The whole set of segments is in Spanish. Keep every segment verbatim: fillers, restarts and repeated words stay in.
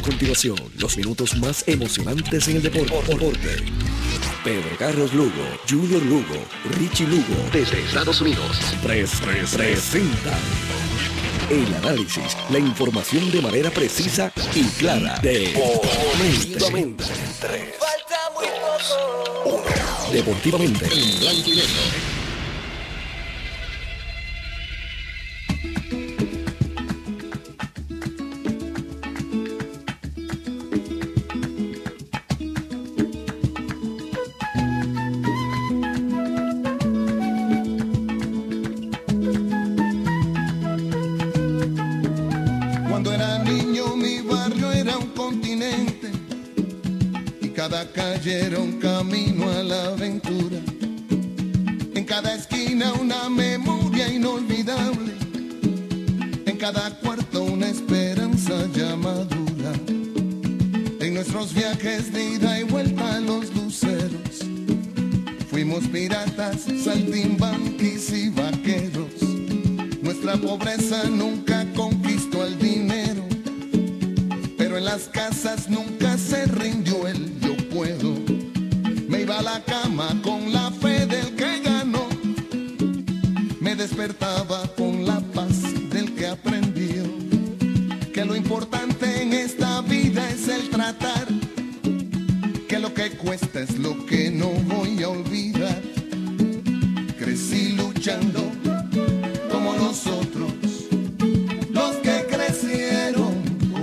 continuación los minutos más emocionantes en el deporte. Pedro Carlos Lugo, Junior Lugo, Richie Lugo, desde Estados Unidos, tres, tres, presentan el análisis, la información de manera precisa y clara. Deportivamente. tres, Falta muy dos, poco. uno. Deportivamente en blanco y negro. Cada calle era un camino a la aventura, en cada esquina una memoria inolvidable, en cada cuarto una esperanza ya madura. En nuestros viajes de ida y vuelta a los luceros, fuimos piratas, saltimbanquis y vaqueros. Nuestra pobreza nunca conquistó el dinero, pero en las casas nunca se rindió el yo puedo. Me iba a la cama con la fe del que ganó, me despertaba con la paz del que aprendió que lo importante en esta vida es el tratar, que lo que cuesta es lo que no voy a olvidar. Crecí luchando como nosotros, los que crecieron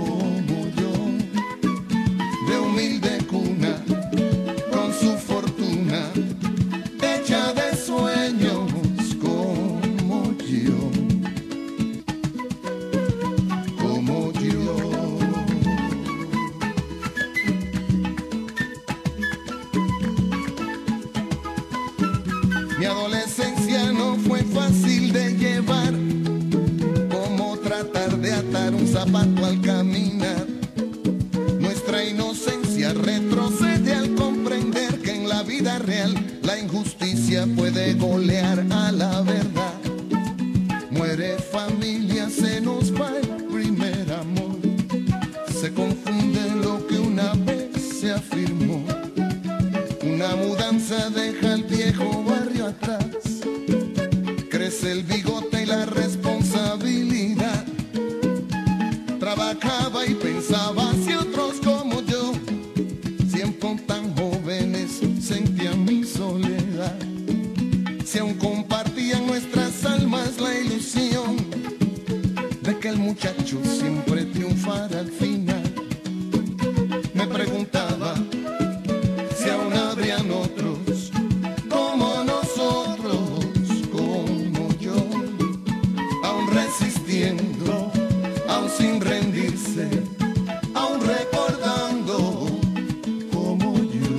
zapato al caminar. Nuestra inocencia retrocede al comprender que en la vida real la injusticia puede golear a la verdad. Muere familia, se nos va el primer amor, se confunde lo que una vez se afirmó. Una mudanza deja el viejo barrio atrás, crece el bigote y la responsabilidad. Trabajaba y pensaba si otros como yo, siempre tan jóvenes, sentían mi soledad. Si aún compartían nuestras almas la ilusión de que el muchacho siempre triunfara al final. Me preguntaba si aún habrían otros como nosotros, como yo, aún resistiendo, aún sin rendirse, aún recordando como yo,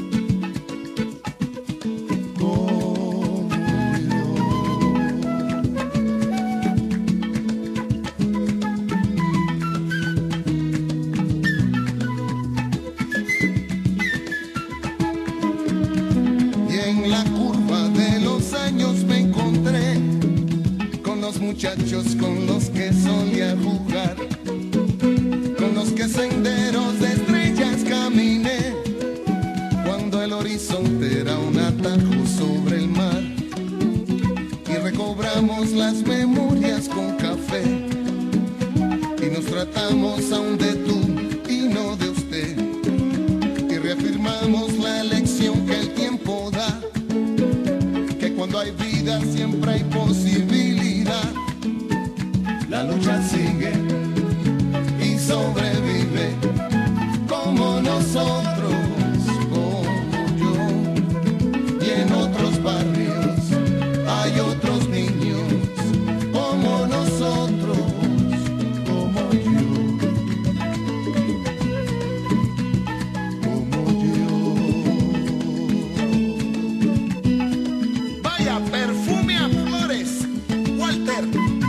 como yo. Y en la curva de los años me encontré con los muchachos con los que solía jugar, con los que senderos de estrellas caminé, cuando el horizonte era un atajo sobre el mar, y recobramos las memorias con café, y nos tratamos aún de tú y no de usted, y reafirmamos la lección que el tiempo da, que cuando hay vida siempre hay posibilidad. La lucha sigue y sobrevive como nosotros, como yo. Y en otros barrios hay otros niños como nosotros, como yo, como yo. Vaya perfume a flores, Walter.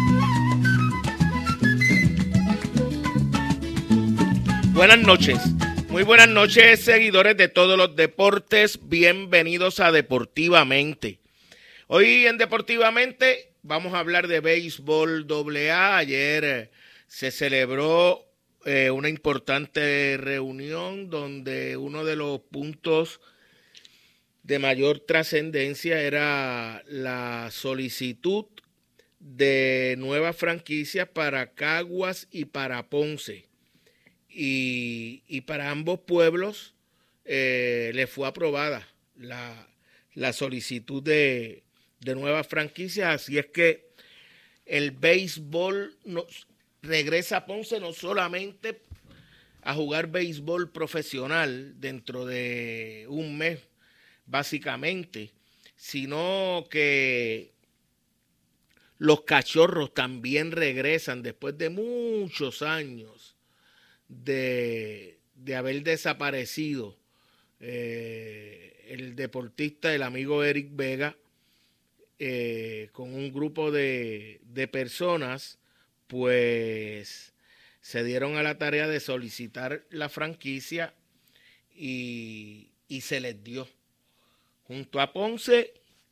Buenas noches, muy buenas noches, seguidores de todos los deportes, bienvenidos a Deportivamente. Hoy en Deportivamente vamos a hablar de béisbol doble A. Ayer se celebró eh, una importante reunión donde uno de los puntos de mayor trascendencia era la solicitud de nuevas franquicias para Caguas y para Ponce. Y, y para ambos pueblos eh, le fue aprobada la, la solicitud de, de nuevas franquicias. Así es que el béisbol nos regresa a Ponce no solamente a jugar béisbol profesional dentro de un mes, básicamente, sino que los Cachorros también regresan después de muchos años de, de haber desaparecido eh, el deportista, el amigo Eric Vega, eh, con un grupo de, de personas, pues se dieron a la tarea de solicitar la franquicia y, y se les dio. Junto a Ponce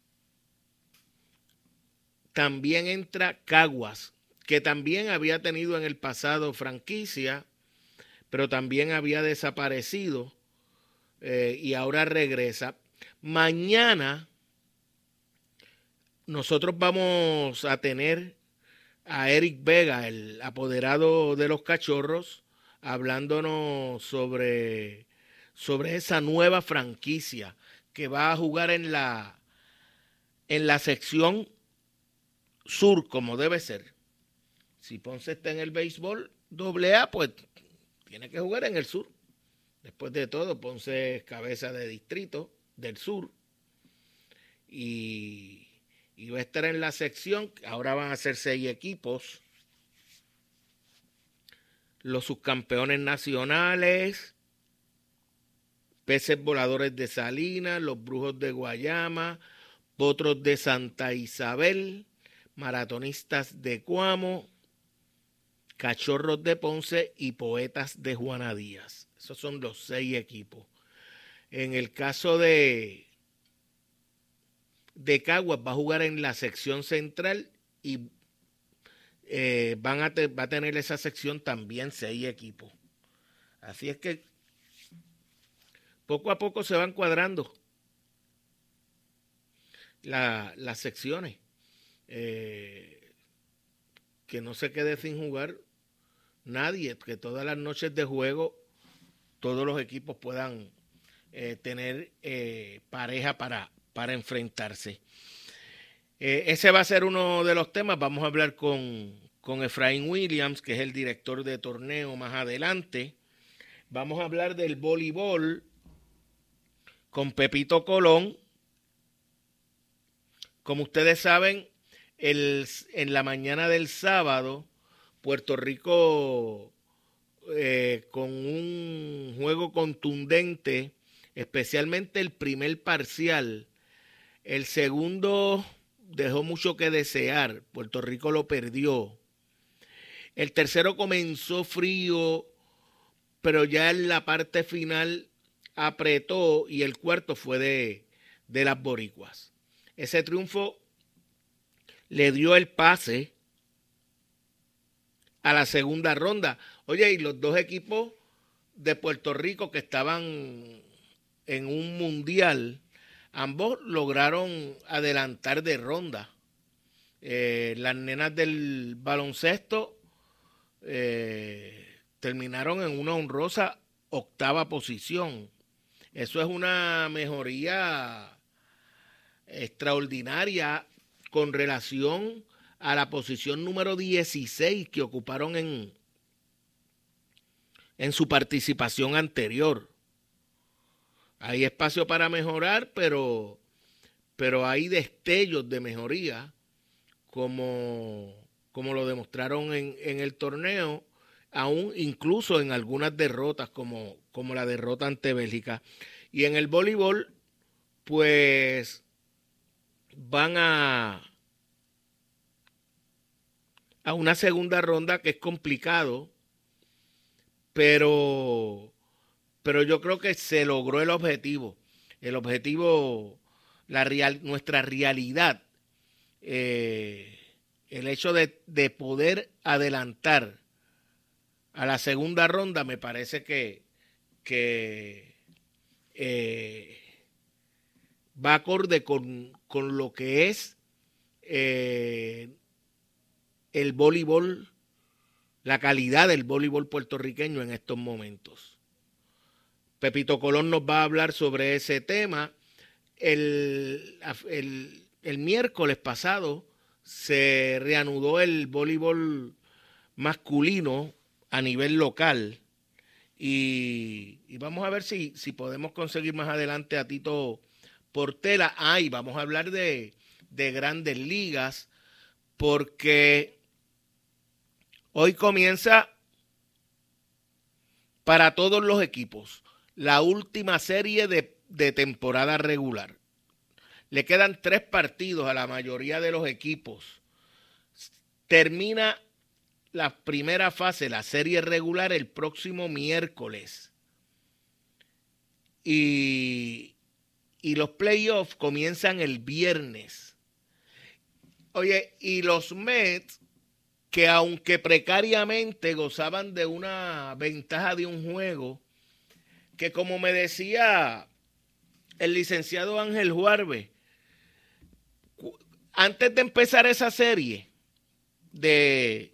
también entra Caguas, que también había tenido en el pasado franquicia, pero también había desaparecido eh, y ahora regresa. Mañana nosotros vamos a tener a Eric Vega, el apoderado de los Cachorros, hablándonos sobre, sobre esa nueva franquicia que va a jugar en la, en la sección sur, como debe ser. Si Ponce está en el béisbol doble A, pues tiene que jugar en el sur. Después de todo, Ponce es cabeza de distrito del sur y, y va a estar en la sección. Ahora van a ser seis equipos: los subcampeones nacionales, Peces Voladores de Salinas, los Brujos de Guayama, Potros de Santa Isabel, Maratonistas de Cuamo, Cachorros de Ponce y Poetas de Juana Díaz. Esos son los seis equipos. En el caso de, de Caguas, va a jugar en la sección central y eh, van a te, va a tener esa sección también seis equipos. Así es que poco a poco se van cuadrando la, las secciones. Eh, que no se quede sin jugar nadie, que todas las noches de juego todos los equipos puedan eh, tener eh, pareja para, para enfrentarse. Eh, ese va a ser uno de los temas. Vamos a hablar con, con Efraín Williams, que es el director de torneo, más adelante. Vamos a hablar del voleibol con Pepito Colón. Como ustedes saben, El, en la mañana del sábado, Puerto Rico, eh, con un juego contundente, especialmente el primer parcial. El segundo dejó mucho que desear, Puerto Rico lo perdió. El tercero comenzó frío, pero ya en la parte final apretó, y el cuarto fue de, de las boricuas. Ese triunfo le dio el pase a la segunda ronda. Oye, y los dos equipos de Puerto Rico que estaban en un mundial, ambos lograron adelantar de ronda. Eh, las nenas del baloncesto eh, terminaron en una honrosa octava posición. Eso es una mejoría extraordinaria con relación a la posición número dieciséis que ocuparon en, en su participación anterior. Hay espacio para mejorar, pero, pero hay destellos de mejoría, como, como lo demostraron en, en el torneo, aún incluso en algunas derrotas, como, como la derrota ante Bélgica. Y en el voleibol, pues van a, a una segunda ronda que es complicado, pero, pero yo creo que se logró el objetivo. El objetivo, la real, nuestra realidad, eh, el hecho de, de poder adelantar a la segunda ronda, me parece que, que eh, va acorde con, con lo que es eh, el voleibol, la calidad del voleibol puertorriqueño en estos momentos. Pepito Colón nos va a hablar sobre ese tema. El, el, el miércoles pasado se reanudó el voleibol masculino a nivel local y, y vamos a ver si, si podemos conseguir más adelante a Tito Portela. Ah, y vamos a hablar de, de Grandes Ligas, porque hoy comienza para todos los equipos la última serie de, de temporada regular. Le quedan tres partidos a la mayoría de los equipos. Termina la primera fase, la serie regular, el próximo miércoles. Y, y los playoffs comienzan el viernes. Oye, y los Mets, que aunque precariamente gozaban de una ventaja de un juego, que como me decía el licenciado Ángel Juarbe, antes de empezar esa serie de,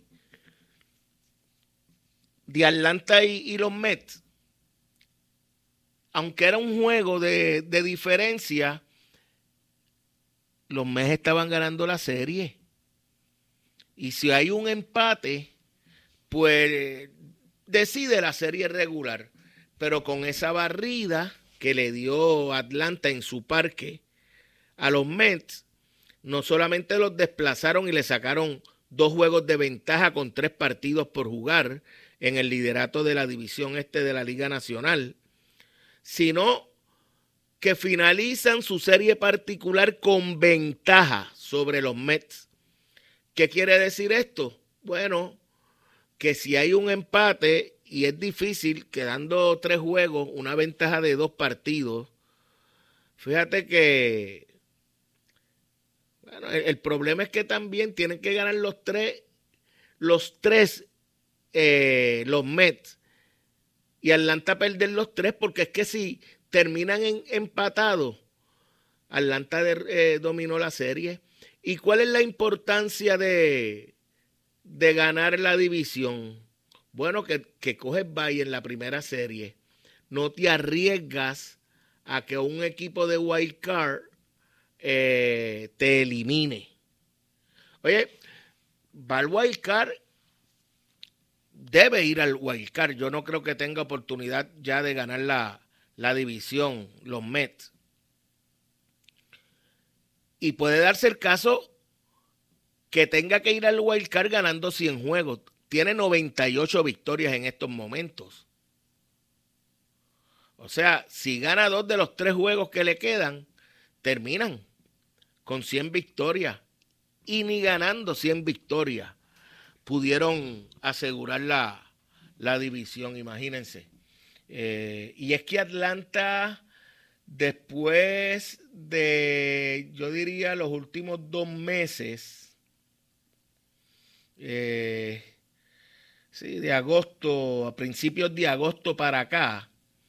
de Atlanta y, y los Mets, aunque era un juego de, de diferencia, los Mets estaban ganando la serie. Y si hay un empate, pues decide la serie regular. Pero con esa barrida que le dio Atlanta en su parque a los Mets, no solamente los desplazaron y le sacaron dos juegos de ventaja con tres partidos por jugar en el liderato de la división este de la Liga Nacional, sino que finalizan su serie particular con ventaja sobre los Mets. ¿Qué quiere decir esto? Bueno, que si hay un empate y es difícil, quedando tres juegos, una ventaja de dos partidos, fíjate que bueno, el, el problema es que también tienen que ganar los tres, los tres, eh, los Mets, y Atlanta perder los tres, porque es que si terminan en, empatados, Atlanta de, eh, dominó la serie. ¿Y cuál es la importancia de, de ganar la división? Bueno, que, que coges bye en la primera serie. No te arriesgas a que un equipo de wild card eh, te elimine. Oye, va al wild card, debe ir al wild card. Yo no creo que tenga oportunidad ya de ganar la, la división, los Mets. Y puede darse el caso que tenga que ir al wild card ganando cien juegos. Tiene noventa y ocho victorias en estos momentos. O sea, si gana dos de los tres juegos que le quedan, terminan con cien victorias. Y ni ganando cien victorias pudieron asegurar la, la división, imagínense. Eh, y es que Atlanta, después de, yo diría, los últimos dos meses, eh, sí, de agosto, a principios de agosto para acá,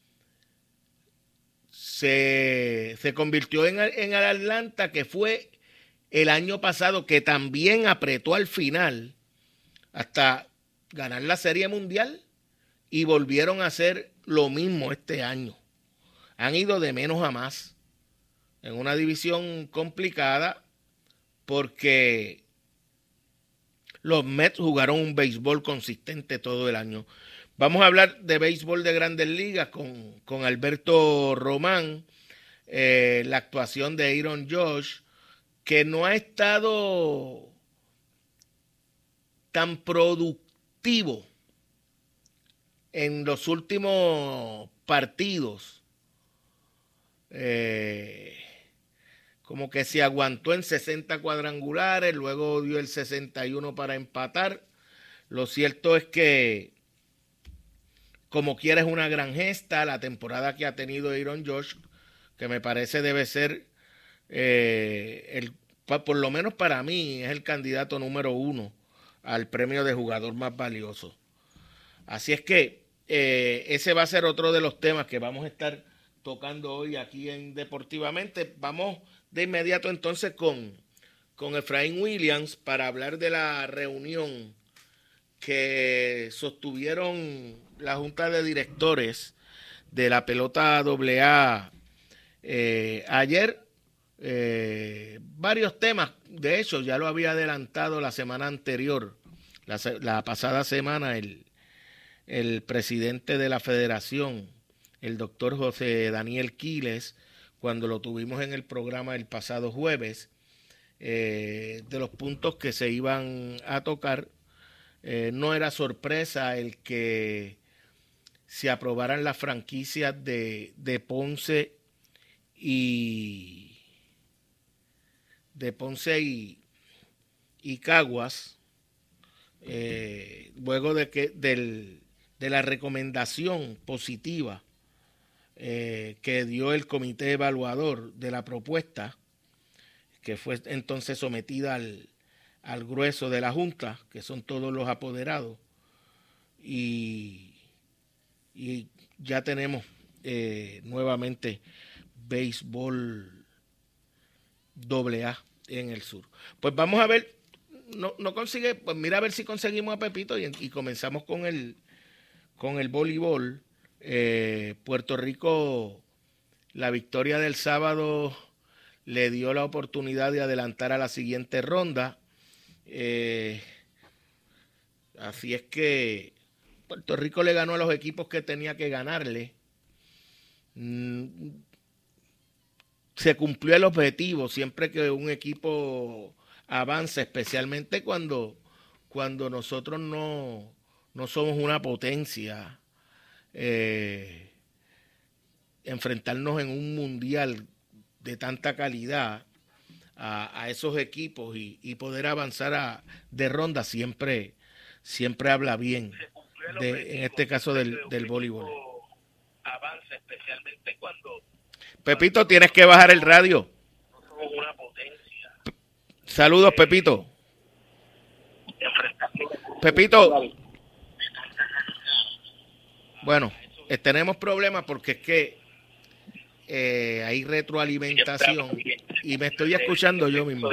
se, se convirtió en, en el Atlanta que fue el año pasado, que también apretó al final hasta ganar la Serie Mundial, y volvieron a hacer lo mismo este año. Han ido de menos a más en una división complicada, porque los Mets jugaron un béisbol consistente todo el año. Vamos a hablar de béisbol de Grandes Ligas con, con Alberto Román, eh, la actuación de Aaron Judge, que no ha estado tan productivo en los últimos partidos. Eh, como que se aguantó en sesenta cuadrangulares, luego dio el sesenta y uno para empatar. Lo cierto es que, como quiera, es una gran gesta la temporada que ha tenido Aaron Judge, que me parece debe ser, eh, el, por lo menos para mí, es el candidato número uno al premio de jugador más valioso. Así es que eh, ese va a ser otro de los temas que vamos a estar tocando hoy aquí en Deportivamente. Vamos de inmediato entonces con, con Efraín Williams para hablar de la reunión que sostuvieron la Junta de Directores de la pelota doble A eh, ayer. Eh, varios temas, de hecho ya lo había adelantado la semana anterior, la, la pasada semana el, el presidente de la federación, el doctor José Daniel Quiles, cuando lo tuvimos en el programa el pasado jueves, eh, de los puntos que se iban a tocar. Eh, no era sorpresa el que se aprobaran las franquicias de, de Ponce y de Ponce y, y Caguas, eh, luego de que del, de la recomendación positiva eh, que dio el comité evaluador de la propuesta, que fue entonces sometida al, al grueso de la Junta, que son todos los apoderados, y, y ya tenemos eh, nuevamente béisbol doble A en el sur. Pues vamos a ver, no, no consigue, pues mira a ver si conseguimos a Pepito y, y comenzamos con el con el voleibol. Eh, Puerto Rico, la victoria del sábado le dio la oportunidad de adelantar a la siguiente ronda. Eh, así es que Puerto Rico le ganó a los equipos que tenía que ganarle. Mm, se cumplió el objetivo siempre que un equipo avanza, especialmente cuando, cuando nosotros no, no somos una potencia. Eh, enfrentarnos en un mundial de tanta calidad a, a esos equipos y, y poder avanzar a, de ronda siempre, siempre habla bien de, en este caso del, del voleibol. Avanza especialmente cuando Pepito, tienes que bajar el radio. no somos una potencia. Saludos, Pepito. Pepito. Bueno, eh, tenemos problemas porque es que eh, hay retroalimentación y me estoy escuchando yo mismo.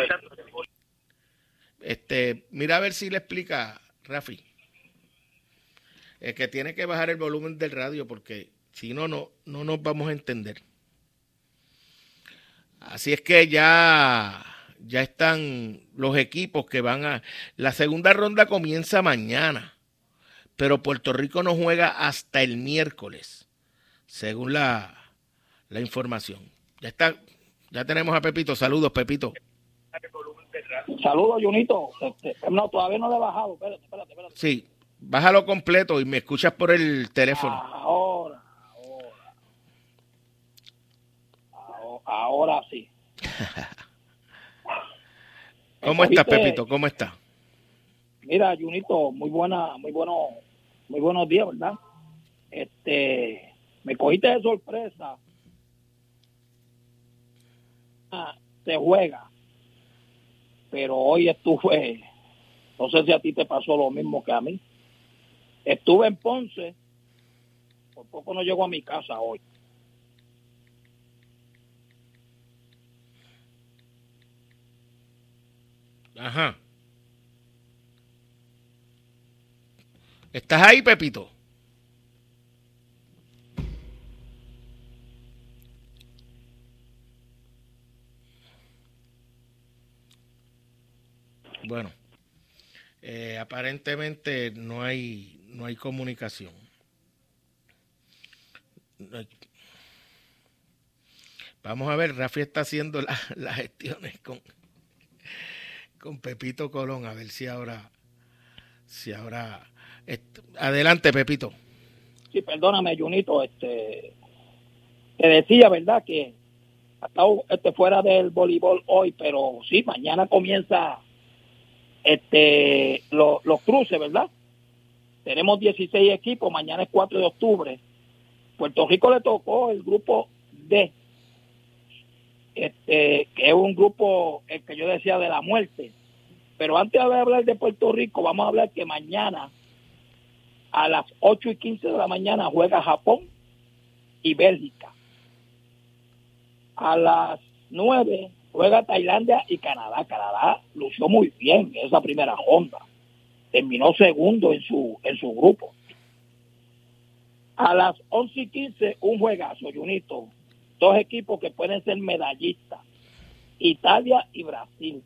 Este, mira a ver si le explica, Rafi. Es que tiene que bajar el volumen del radio porque si no, no, no nos vamos a entender. Así es que ya, ya están los equipos que van a... La segunda ronda comienza mañana, pero Puerto Rico no juega hasta el miércoles, según la, la información. Ya está, ya tenemos a Pepito. Saludos, Pepito. Saludos, Junito. Este, no, todavía no le he bajado. Espérate, espérate, espérate. Sí, bájalo completo y me escuchas por el teléfono. Ahora, ahora. Ahora sí. ¿Cómo estás, Pepito? ¿Cómo estás? Mira, Junito, muy buena, muy bueno, muy buenos días, ¿verdad? Este, me cogiste de sorpresa. Ah, se juega, pero hoy estuve, no sé si a ti te pasó lo mismo que a mí. Estuve en Ponce, por poco no llego a mi casa hoy. Ajá. ¿Estás ahí, Pepito? Bueno, eh, aparentemente no hay no hay comunicación. No hay... Vamos a ver, Rafi está haciendo la, las gestiones con con Pepito Colón, a ver si ahora, si ahora, est- adelante, Pepito. Sí, perdóname, Junito, este, te decía, ¿verdad? Que hasta este fuera del voleibol hoy, pero sí, mañana comienza este lo, los cruces, ¿verdad? Tenemos dieciséis equipos, mañana es cuatro de octubre. Puerto Rico le tocó el grupo D, este, que es un grupo, el que yo decía, de la muerte. Pero antes de hablar de Puerto Rico, vamos a hablar que mañana A las ocho y quince de la mañana juega Japón y Bélgica. A las nueve juega Tailandia y Canadá. Canadá lució muy bien en esa primera ronda. Terminó segundo en su, en su grupo. A las once y quince, un juegazo, Junito. Dos equipos que pueden ser medallistas. Italia y Brasil.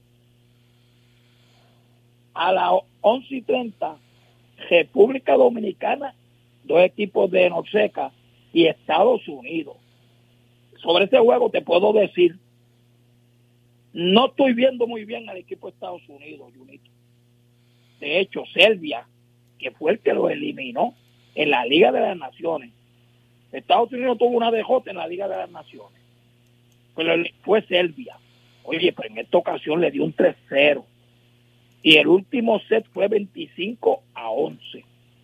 A las once y treinta, República Dominicana, dos equipos de Norseca, y Estados Unidos. Sobre ese juego te puedo decir, no estoy viendo muy bien al equipo de Estados Unidos, Junito. De hecho, Serbia, que fue el que lo eliminó en la Liga de las Naciones. Estados Unidos tuvo una derrota en la Liga de las Naciones, pero fue Serbia. Oye, pero en esta ocasión le dio un tres cero. Y el último set fue veinticinco a once.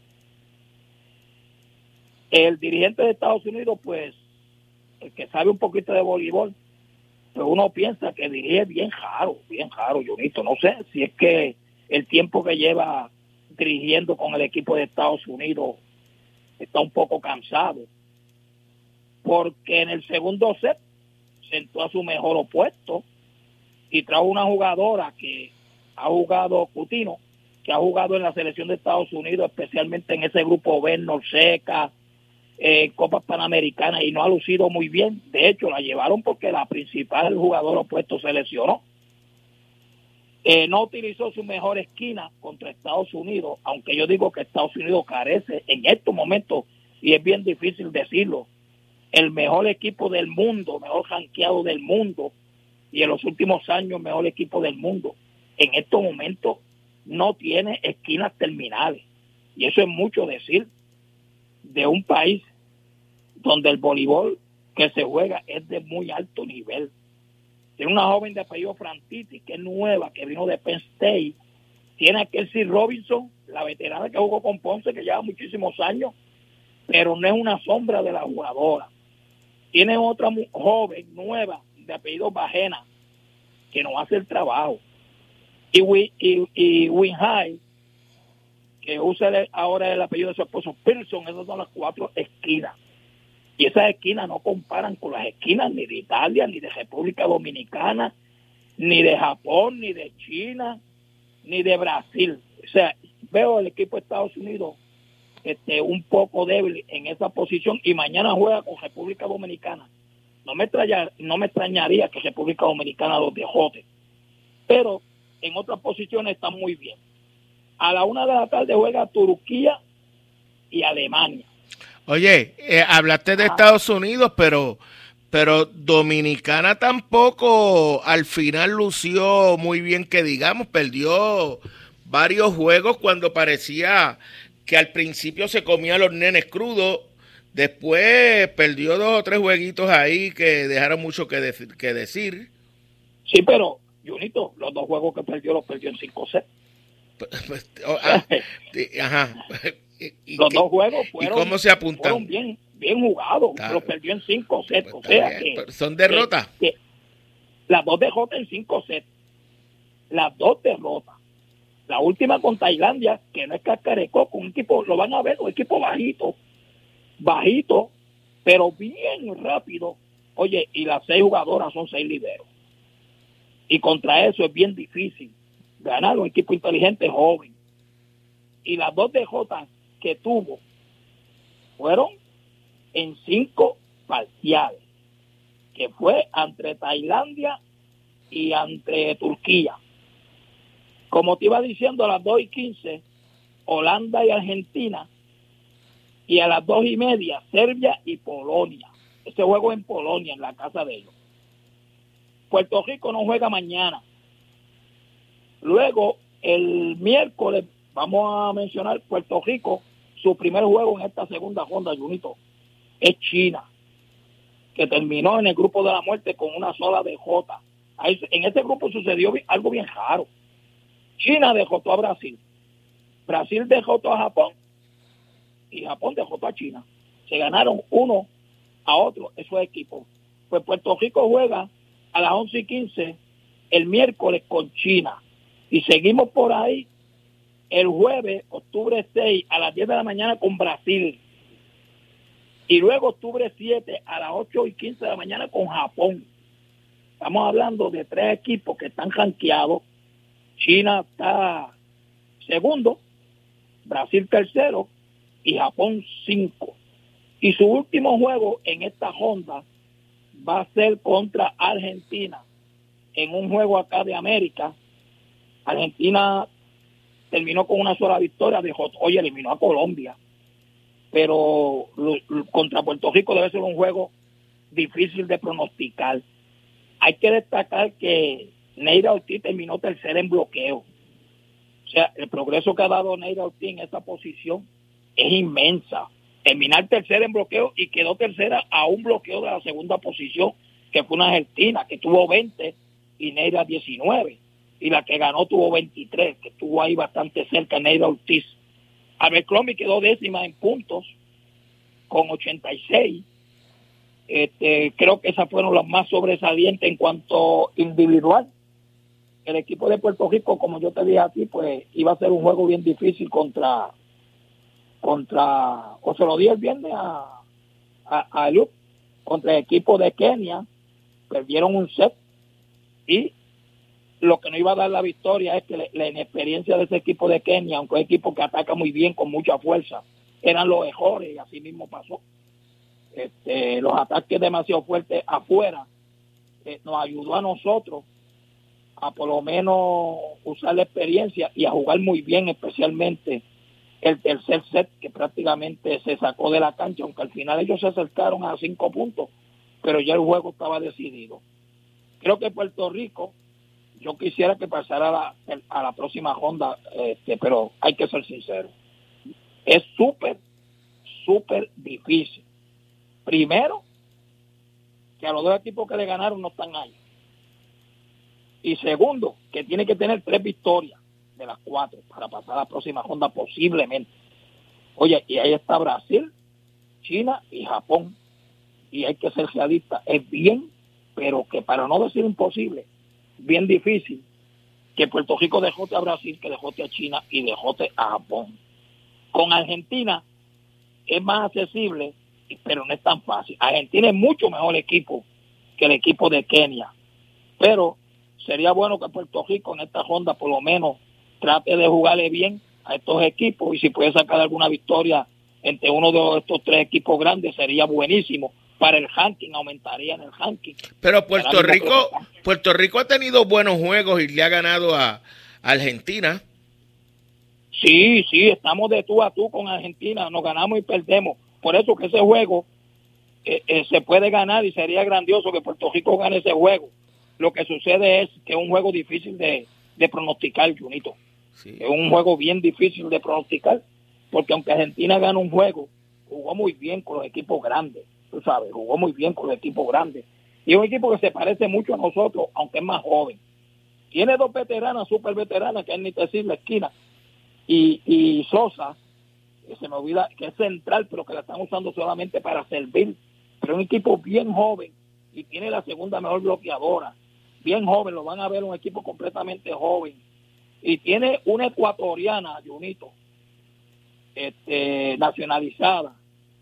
El dirigente de Estados Unidos, pues, el que sabe un poquito de voleibol, pues uno piensa que dirige bien raro, bien raro, Junito. No sé si es que el tiempo que lleva dirigiendo con el equipo de Estados Unidos está un poco cansado. Porque en el segundo set sentó a su mejor opuesto y trajo una jugadora que ha jugado, Coutinho, que ha jugado en la selección de Estados Unidos, especialmente en ese grupo B, Norseca, eh, Copas Panamericanas, y no ha lucido muy bien. De hecho, la llevaron porque la principal jugador opuesto se lesionó. Eh, no utilizó su mejor esquina contra Estados Unidos, aunque yo digo que Estados Unidos carece en estos momentos, y es bien difícil decirlo, el mejor equipo del mundo, mejor rankeado del mundo, y en los últimos años mejor equipo del mundo. En estos momentos no tiene esquinas terminales. Y eso es mucho decir de un país donde el voleibol que se juega es de muy alto nivel. Tiene una joven de apellido Frantiti, que es nueva, que vino de Penn State. Tiene a Kelsey Robinson, la veterana que jugó con Ponce, que lleva muchísimos años, pero no es una sombra de la jugadora. Tiene otra joven nueva de apellido Bajena, que no hace el trabajo. Y, y, y Winhai, que usa el, ahora el apellido de su esposo Pearson. Esas son las cuatro esquinas. Y esas esquinas no comparan con las esquinas ni de Italia, ni de República Dominicana, ni de Japón, ni de China, ni de Brasil. O sea, veo el equipo de Estados Unidos este, un poco débil en esa posición, y mañana juega con República Dominicana. No me, extraña, no me extrañaría que República Dominicana los dejote. Pero en otras posiciones están muy bien. A la una de la tarde juega Turquía y Alemania. Oye, eh, hablaste de Estados Unidos, pero, pero Dominicana tampoco al final lució muy bien, que digamos, perdió varios juegos cuando parecía que al principio se comía los nenes crudos. Después perdió dos o tres jueguitos ahí que dejaron mucho que, de- que decir. Sí, pero, Junito, los dos juegos que perdió los perdió en cinco sets. Pues, oh, ah, sí, ajá. ¿Y, y Los qué- dos juegos ¿Y fueron, cómo se apuntan? fueron bien, bien jugados. Está- Los perdió en cinco sets. Pues O está sea bien, que, pero son derrotas. que- que las dos derrotas en cinco sets. Las dos derrotas. La última con Tailandia, que no es cascarecó, con un equipo, lo van a ver, un equipo bajito, bajito, pero bien rápido. Oye, y las seis jugadoras son seis liberos. Y contra eso es bien difícil ganar un equipo inteligente joven. Y las dos derrotas que tuvo fueron en cinco parciales, que fue entre Tailandia y ante Turquía. Como te iba diciendo, a las dos y quince, Holanda y Argentina, y a las dos y media, Serbia y Polonia. Ese juego en Polonia, en la casa de ellos. Puerto Rico no juega mañana. Luego, el miércoles, vamos a mencionar Puerto Rico, su primer juego en esta segunda ronda, Junito, es China, que terminó en el grupo de la muerte con una sola derrota. Ahí, en este grupo sucedió algo bien raro. China derrotó a Brasil, Brasil derrotó a Japón, y Japón derrotó a China. Se ganaron uno a otro esos equipos. Pues Puerto Rico juega a las once y quince el miércoles con China. Y seguimos por ahí el jueves, octubre seis, a las diez de la mañana con Brasil. Y luego octubre siete, a las ocho y quince de la mañana con Japón. Estamos hablando de tres equipos que están rankeados. China está segundo, Brasil tercero y Japón cinco. Y su último juego en esta ronda va a ser contra Argentina, en un juego acá de América. Argentina terminó con una sola victoria, dejó, oye, eliminó a Colombia, pero lo, lo, contra Puerto Rico debe ser un juego difícil de pronosticar. Hay que destacar que Neira Ortiz terminó tercera en bloqueo. O sea, el progreso que ha dado Neira Ortiz en esa posición es inmensa. Terminar tercera en bloqueo y quedó tercera a un bloqueo de la segunda posición, que fue una Argentina, que tuvo veinte y Neira diecinueve. Y la que ganó tuvo veintitrés, que estuvo ahí bastante cerca, Neira Ortiz. Abercrombie quedó décima en puntos, con ochenta y seis. Este, creo que esas fueron las más sobresalientes en cuanto individual. El equipo de Puerto Rico, como yo te dije a ti, pues iba a ser un juego bien difícil contra, contra, o se lo di el viernes a, a, a Luke, contra el equipo de Kenia. Perdieron un set y lo que no iba a dar la victoria es que la, la inexperiencia de ese equipo de Kenia, aunque es un equipo que ataca muy bien, con mucha fuerza, eran los mejores y así mismo pasó. Este, los ataques demasiado fuertes afuera eh, nos ayudó a nosotros a por lo menos usar la experiencia y a jugar muy bien, especialmente el tercer set, que prácticamente se sacó de la cancha, aunque al final ellos se acercaron a cinco puntos, pero ya el juego estaba decidido. Creo que Puerto Rico, yo quisiera que pasara a la, a la próxima ronda, este, pero hay que ser sincero. Es súper, súper difícil. Primero, que a los dos equipos que le ganaron no están ahí. Y segundo, que tiene que tener tres victorias de las cuatro para pasar a la próxima ronda posiblemente. Oye, y ahí está Brasil, China y Japón. Y hay que ser realista. Es bien, pero que para no decir imposible, bien difícil que Puerto Rico dejote a Brasil, que dejote a China y dejote a Japón. Con Argentina es más accesible, pero no es tan fácil. Argentina es mucho mejor equipo que el equipo de Kenia, pero sería bueno que Puerto Rico en esta ronda por lo menos trate de jugarle bien a estos equipos, y si puede sacar alguna victoria entre uno de estos tres equipos grandes sería buenísimo para el ranking, aumentaría en el ranking. Pero Puerto Rico, Puerto Rico ha tenido buenos juegos y le ha ganado a Argentina. Sí, sí, estamos de tú a tú con Argentina, nos ganamos y perdemos. Por eso que ese juego eh, eh, se puede ganar y sería grandioso que Puerto Rico gane ese juego. Lo que sucede es que es un juego difícil de, de pronosticar, Junito. Sí. Es un juego bien difícil de pronosticar, porque aunque Argentina gana un juego, jugó muy bien con los equipos grandes, tú sabes, jugó muy bien con los equipos grandes. Y es un equipo que se parece mucho a nosotros, aunque es más joven. Tiene dos veteranas, súper veteranas, que es Nitecir, la esquina, y, y Sosa, que se me olvida, que es central, pero que la están usando solamente para servir. Pero es un equipo bien joven y tiene la segunda mejor bloqueadora. Bien joven, lo van a ver un equipo completamente joven. Y tiene una ecuatoriana, Junito, este, nacionalizada,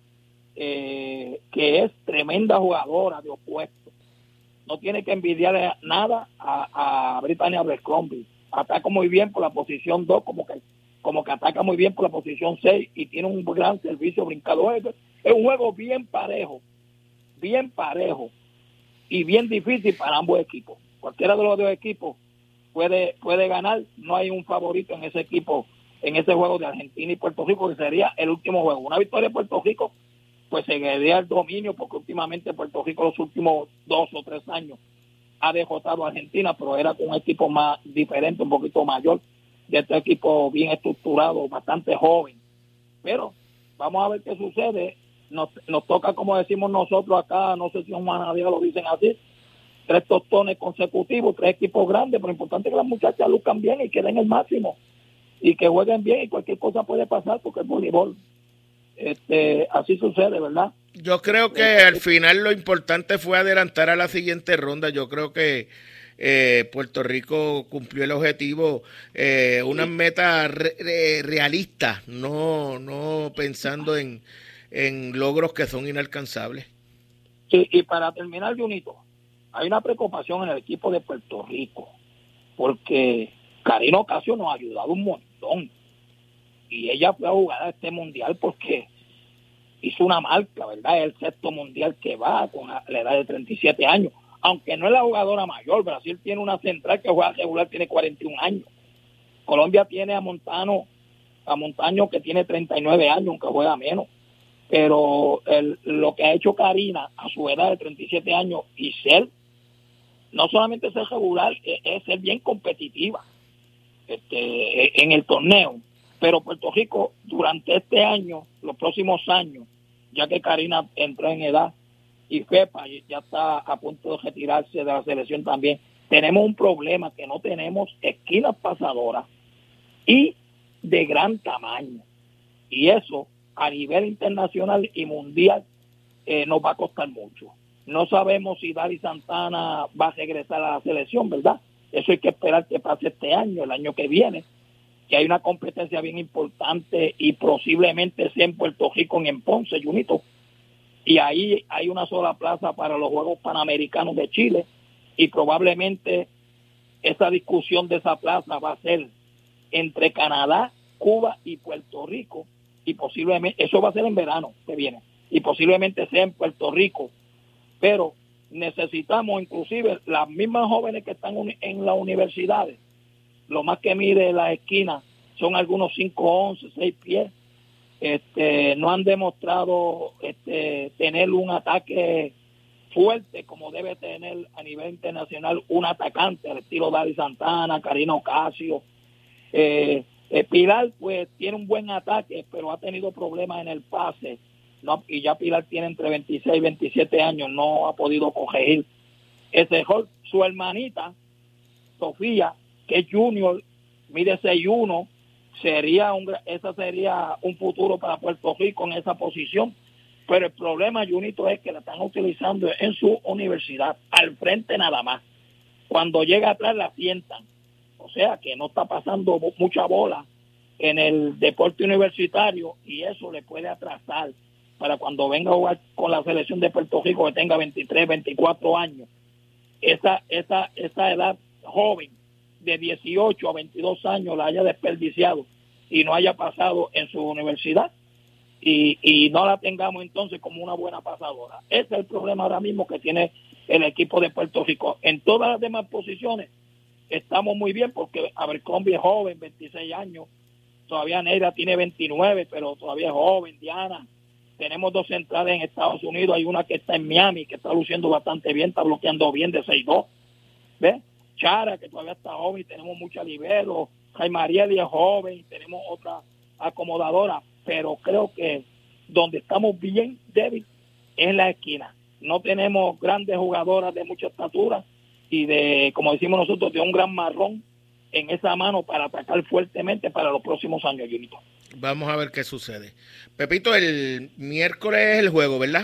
eh, que es tremenda jugadora de opuesto. No tiene que envidiarle nada a, a Brittany Abercrombie. Ataca muy bien por la posición dos, como que como que ataca muy bien por la posición seis y tiene un gran servicio brincador. Es un juego bien parejo, bien parejo y bien difícil para ambos equipos. Cualquiera de los dos equipos puede puede ganar. No hay un favorito en ese equipo, en ese juego de Argentina y Puerto Rico, que sería el último juego. Una victoria de Puerto Rico, pues seguiría el dominio, porque últimamente Puerto Rico los últimos dos o tres años ha derrotado a Argentina, pero era con un equipo más diferente, un poquito mayor, de este equipo bien estructurado, bastante joven. Pero vamos a ver qué sucede. Nos, nos toca, como decimos nosotros acá, no sé si en Juan Javier lo dicen así, tres tostones consecutivos, tres equipos grandes, pero lo importante es que las muchachas luzcan bien y que den el máximo y que jueguen bien, y cualquier cosa puede pasar porque el voleibol, este, así sucede, ¿verdad? Yo creo que al final lo importante fue adelantar a la siguiente ronda. Yo creo que eh, Puerto Rico cumplió el objetivo, eh, unas metas re, re, realistas, no, no pensando en, en logros que son inalcanzables. Sí, y para terminar, Junito, hay una preocupación en el equipo de Puerto Rico, porque Karina Ocasio nos ha ayudado un montón, y ella fue a jugar a este mundial porque hizo una marca, ¿verdad? Es el sexto mundial que va con la edad de treinta y siete años, aunque no es la jugadora mayor. Brasil tiene una central que juega regular, tiene cuarenta y un años. Colombia tiene a Montano, a Montaño, que tiene treinta y nueve años, aunque juega menos. Pero el, lo que ha hecho Karina a su edad de treinta y siete años y ser, no solamente ser regular, es, es ser bien competitiva este, en el torneo. Pero Puerto Rico, durante este año, los próximos años, ya que Karina entró en edad y Fepa ya está a punto de retirarse de la selección también, tenemos un problema que no tenemos esquinas pasadoras y de gran tamaño. Y eso, a nivel internacional y mundial, eh, nos va a costar mucho. No sabemos si Dari Santana va a regresar a la selección, ¿verdad? Eso hay que esperar que pase este año, el año que viene, que hay una competencia bien importante y posiblemente sea en Puerto Rico, en Ponce, Junito. Y ahí hay una sola plaza para los Juegos Panamericanos de Chile y probablemente esa discusión de esa plaza va a ser entre Canadá, Cuba y Puerto Rico, y posiblemente, eso va a ser en verano que viene, y posiblemente sea en Puerto Rico, pero necesitamos inclusive las mismas jóvenes que están en las universidades, lo más que mide la esquina son algunos cinco once, seis pies, este, no han demostrado este, tener un ataque fuerte como debe tener a nivel internacional un atacante al estilo Dari Santana, Karina Ocasio. Eh, eh, Pilar pues tiene un buen ataque, pero ha tenido problemas en el pase, no, y ya Pilar tiene entre veintiséis y veintisiete años, no ha podido corregir ese gol. Su hermanita Sofía, que es junior, mide seis uno, sería un, esa sería un futuro para Puerto Rico en esa posición, pero el problema, Junito, es que la están utilizando en su universidad, al frente nada más. Cuando llega atrás la sientan, o sea que no está pasando mucha bola en el deporte universitario y eso le puede atrasar para cuando venga a jugar con la selección de Puerto Rico, que tenga veintitrés, veinticuatro años. Esa, esa, esa edad joven de dieciocho a veintidós años la haya desperdiciado y no haya pasado en su universidad y, y no la tengamos entonces como una buena pasadora. Ese es el problema ahora mismo que tiene el equipo de Puerto Rico. En todas las demás posiciones estamos muy bien porque Abercrombie es joven, veintiséis años, todavía Neira tiene veintinueve, pero todavía es joven. Diana, tenemos dos centrales en Estados Unidos, hay una que está en Miami que está luciendo bastante bien, está bloqueando bien de seis dos, ¿ves? Chara, que todavía está joven, tenemos mucha libero, Jaime Ariel es joven, tenemos otra acomodadora, pero creo que donde estamos bien débil es en la esquina. No tenemos grandes jugadoras de mucha estatura y de, como decimos nosotros, de un gran marrón en esa mano para atacar fuertemente para los próximos años, Junito. Vamos a ver qué sucede. Pepito, el miércoles es el juego, ¿verdad?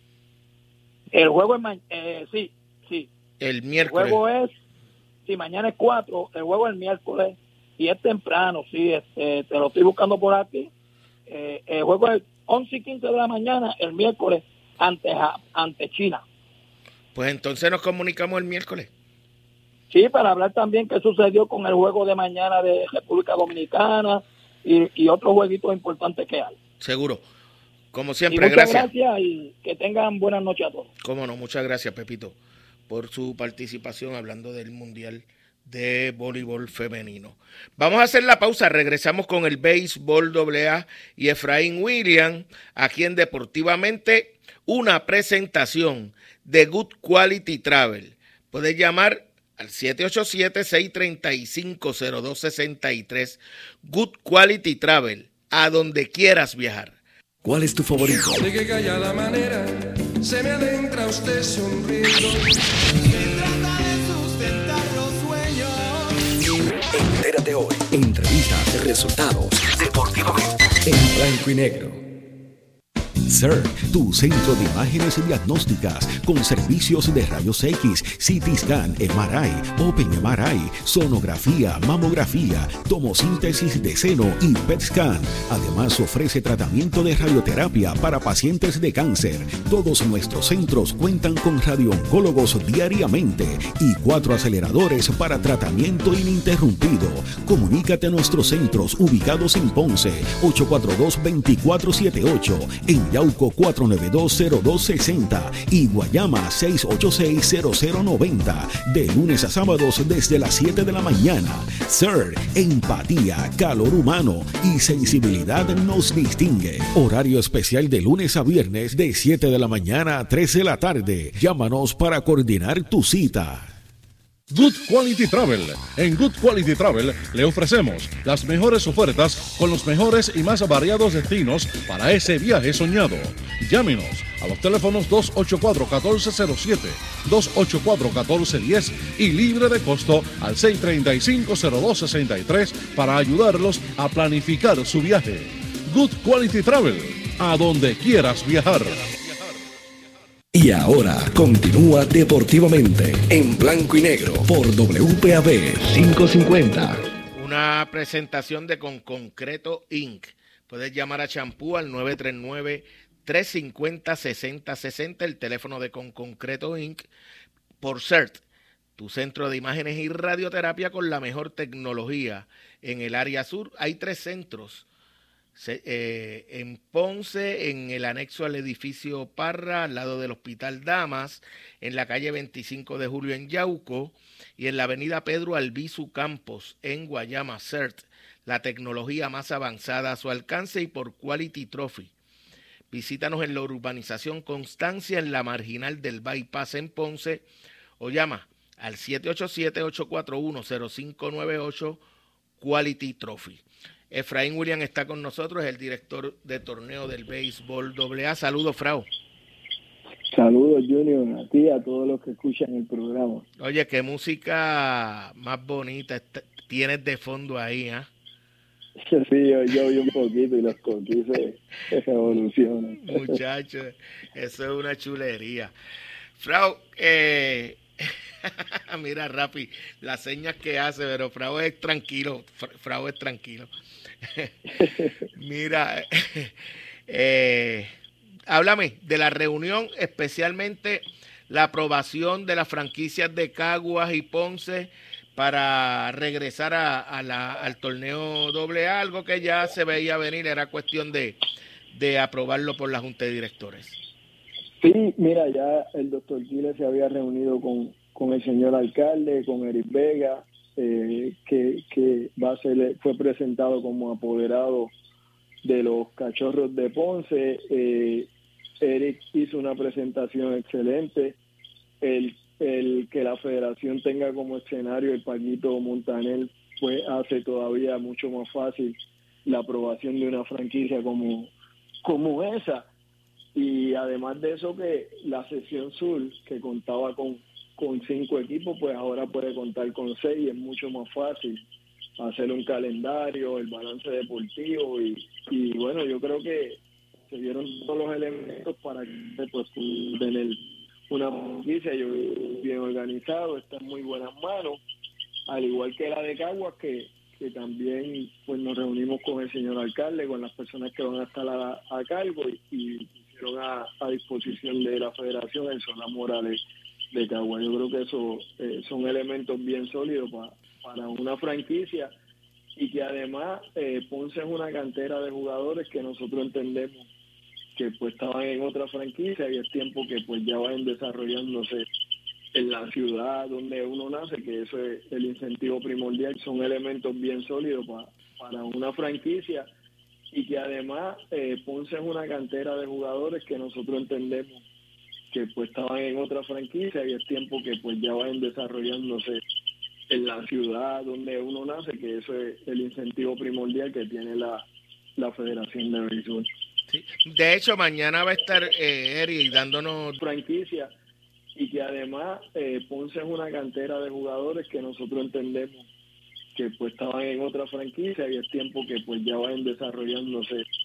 El juego es, eh, sí, sí. El miércoles. El juego es, sí, mañana es cuatro, el juego es el miércoles y es temprano, sí, este, te lo estoy buscando por aquí. Eh, el juego es once y quince de la mañana, el miércoles, ante, ante China. Pues entonces nos comunicamos el miércoles. Sí, para hablar también qué sucedió con el juego de mañana de República Dominicana y, y otros jueguitos importantes que hay. Seguro. Como siempre, y muchas gracias. gracias y que tengan buenas noches a todos. Cómo no, muchas gracias, Pepito, por su participación hablando del Mundial de Voleibol Femenino. Vamos a hacer la pausa, regresamos con el Béisbol doble A y Efraín Williams, aquí en Deportivamente, una presentación de Good Quality Travel. Puedes llamar al siete ocho siete, seis tres cinco, cero dos seis tres. Good Quality Travel, a donde quieras viajar. ¿Cuál es tu favorito? De que callada manera se me adentra usted sonriendo. Se trata de sustentar los sueños. Entérate hoy. Entrevistas, resultados, deportivamente, en blanco y negro. C E R, tu centro de imágenes diagnósticas con servicios de rayos X, C T Scan, M R I, Open M R I, sonografía, mamografía, tomosíntesis de seno y P E T Scan. Además ofrece tratamiento de radioterapia para pacientes de cáncer. Todos nuestros centros cuentan con radiooncólogos diariamente y cuatro aceleradores para tratamiento ininterrumpido. Comunícate a nuestros centros ubicados en Ponce, ocho cuatro dos, dos cuatro siete ocho, en Yauco cuatro nueve dos, cero dos seis cero y Guayama seis ocho seis, cero cero nueve cero, de lunes a sábados desde las siete de la mañana. C E R, empatía, calor humano y sensibilidad nos distingue. Horario especial de lunes a viernes de siete de la mañana a tres de la tarde. Llámanos para coordinar tu cita. Good Quality Travel. En Good Quality Travel le ofrecemos las mejores ofertas con los mejores y más variados destinos para ese viaje soñado. Llámenos a los teléfonos dos ocho cuatro, uno cuatro cero siete, dos ocho cuatro, uno cuatro uno cero y libre de costo al seis tres cinco, cero dos seis tres para ayudarlos a planificar su viaje. Good Quality Travel, a donde quieras viajar. Y ahora continúa deportivamente en blanco y negro por W P A B quinientos cincuenta. Una presentación de Con Concreto incorporated. Puedes llamar a Champú al nueve tres nueve, tres cinco cero, seis cero seis cero, el teléfono de Con Concreto incorporated. Por C E R T, tu centro de imágenes y radioterapia con la mejor tecnología en el área sur. Hay tres centros. Se, eh, en Ponce, en el anexo al edificio Parra, al lado del Hospital Damas, en la calle veinticinco de julio en Yauco y en la avenida Pedro Albizu Campos en Guayama. C E R T, la tecnología más avanzada a su alcance y por Quality Trophy. Visítanos en la urbanización Constancia, en la marginal del Bypass en Ponce, o llama al siete ocho siete, ocho cuatro uno, cero cinco nueve ocho, Quality Trophy. Efraín William está con nosotros, es el director de torneo del béisbol doble A. Saludos, Frau. Saludos, Junior, a ti y a todos los que escuchan el programa. Oye, qué música más bonita está, tienes de fondo ahí, ¿ah? ¿eh? Sí, yo, yo vi un poquito y los coquis se, se revolucionan. Muchachos, eso es una chulería. Frau, eh... mira, Rafi, las señas que hace, pero Frau es tranquilo, Frau es tranquilo. Mira, eh, háblame de la reunión, especialmente la aprobación de las franquicias de Caguas y Ponce para regresar a, a la, al torneo doble A, algo que ya se veía venir, era cuestión de, de aprobarlo por la Junta de Directores. Sí, mira, ya el doctor Quiles se había reunido con, con el señor alcalde, con Eric Vega, eh, que, que va a ser, fue presentado como apoderado de los Cachorros de Ponce. Eh, Eric hizo una presentación excelente. El, el que la federación tenga como escenario el Paquito Montaner, pues hace todavía mucho más fácil la aprobación de una franquicia como, como esa. Y además de eso, que la sección sur, que contaba con, con cinco equipos, pues ahora puede contar con seis y es mucho más fácil hacer un calendario, el balance deportivo y, y bueno, yo creo que se dieron todos los elementos para que pues, tener una franquicia bien organizado, está en muy buenas manos, al igual que la de Caguas, que, que también pues nos reunimos con el señor alcalde, con las personas que van a estar a, a cargo y, y A, a disposición de la federación el Solá Morales de Cagua. Yo creo que eso eh, son elementos bien sólidos pa, para una franquicia y que además eh, Ponce es una cantera de jugadores que nosotros entendemos que pues estaban en otra franquicia y es tiempo que pues ya vayan desarrollándose en la ciudad donde uno nace, que eso es el incentivo primordial. Son elementos bien sólidos pa, para una franquicia y que además eh, Ponce es una cantera de jugadores que nosotros entendemos que pues estaban en otra franquicia y es tiempo que pues ya vayan desarrollándose en la ciudad donde uno nace, que eso es el incentivo primordial que tiene la, la Federación de Béisbol. Sí. De hecho, mañana va a estar eh, Eric dándonos franquicia y que además eh, Ponce es una cantera de jugadores que nosotros entendemos que pues estaban en otra franquicia y es tiempo que pues ya vayan desarrollándose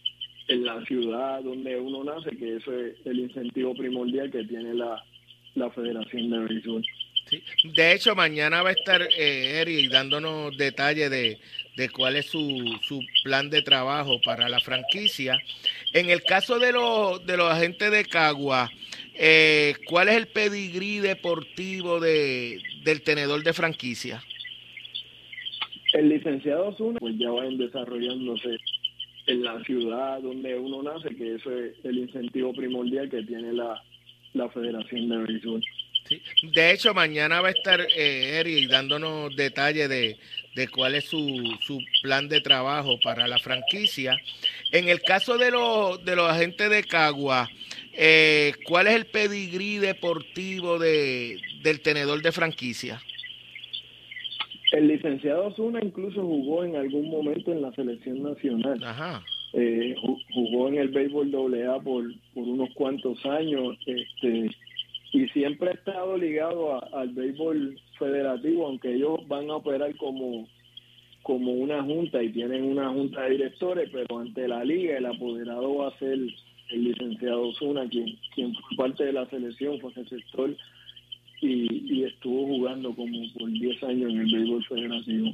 en la ciudad donde uno nace, que eso es el incentivo primordial que tiene la, la Federación de Béisbol. Sí. De hecho, mañana va a estar eh, Eric dándonos detalles de, de cuál es su, su plan de trabajo para la franquicia. En el caso de los, de los agentes de Cagua, eh, ¿cuál es el pedigrí deportivo de, del tenedor de franquicia? El licenciado Osuna, pues ya van desarrollándose en la ciudad donde uno nace, que eso es el incentivo primordial que tiene la, la Federación de Béisbol. Sí. De hecho, mañana va a estar eh, Eric dándonos detalles de, de cuál es su, su plan de trabajo para la franquicia. En el caso de los, de los agentes de Cagua, eh, ¿cuál es el pedigrí deportivo de, del tenedor de franquicia? El licenciado Osuna incluso jugó en algún momento en la selección nacional. Ajá. Eh, jugó en el béisbol doble A por, por unos cuantos años, este y siempre ha estado ligado a, al béisbol federativo, aunque ellos van a operar como, como una junta y tienen una junta de directores, pero ante la liga el apoderado va a ser el licenciado Osuna, quien, quien fue parte de la selección, fue receptor y, y estuvo jugando como por diez años en el béisbol federativo.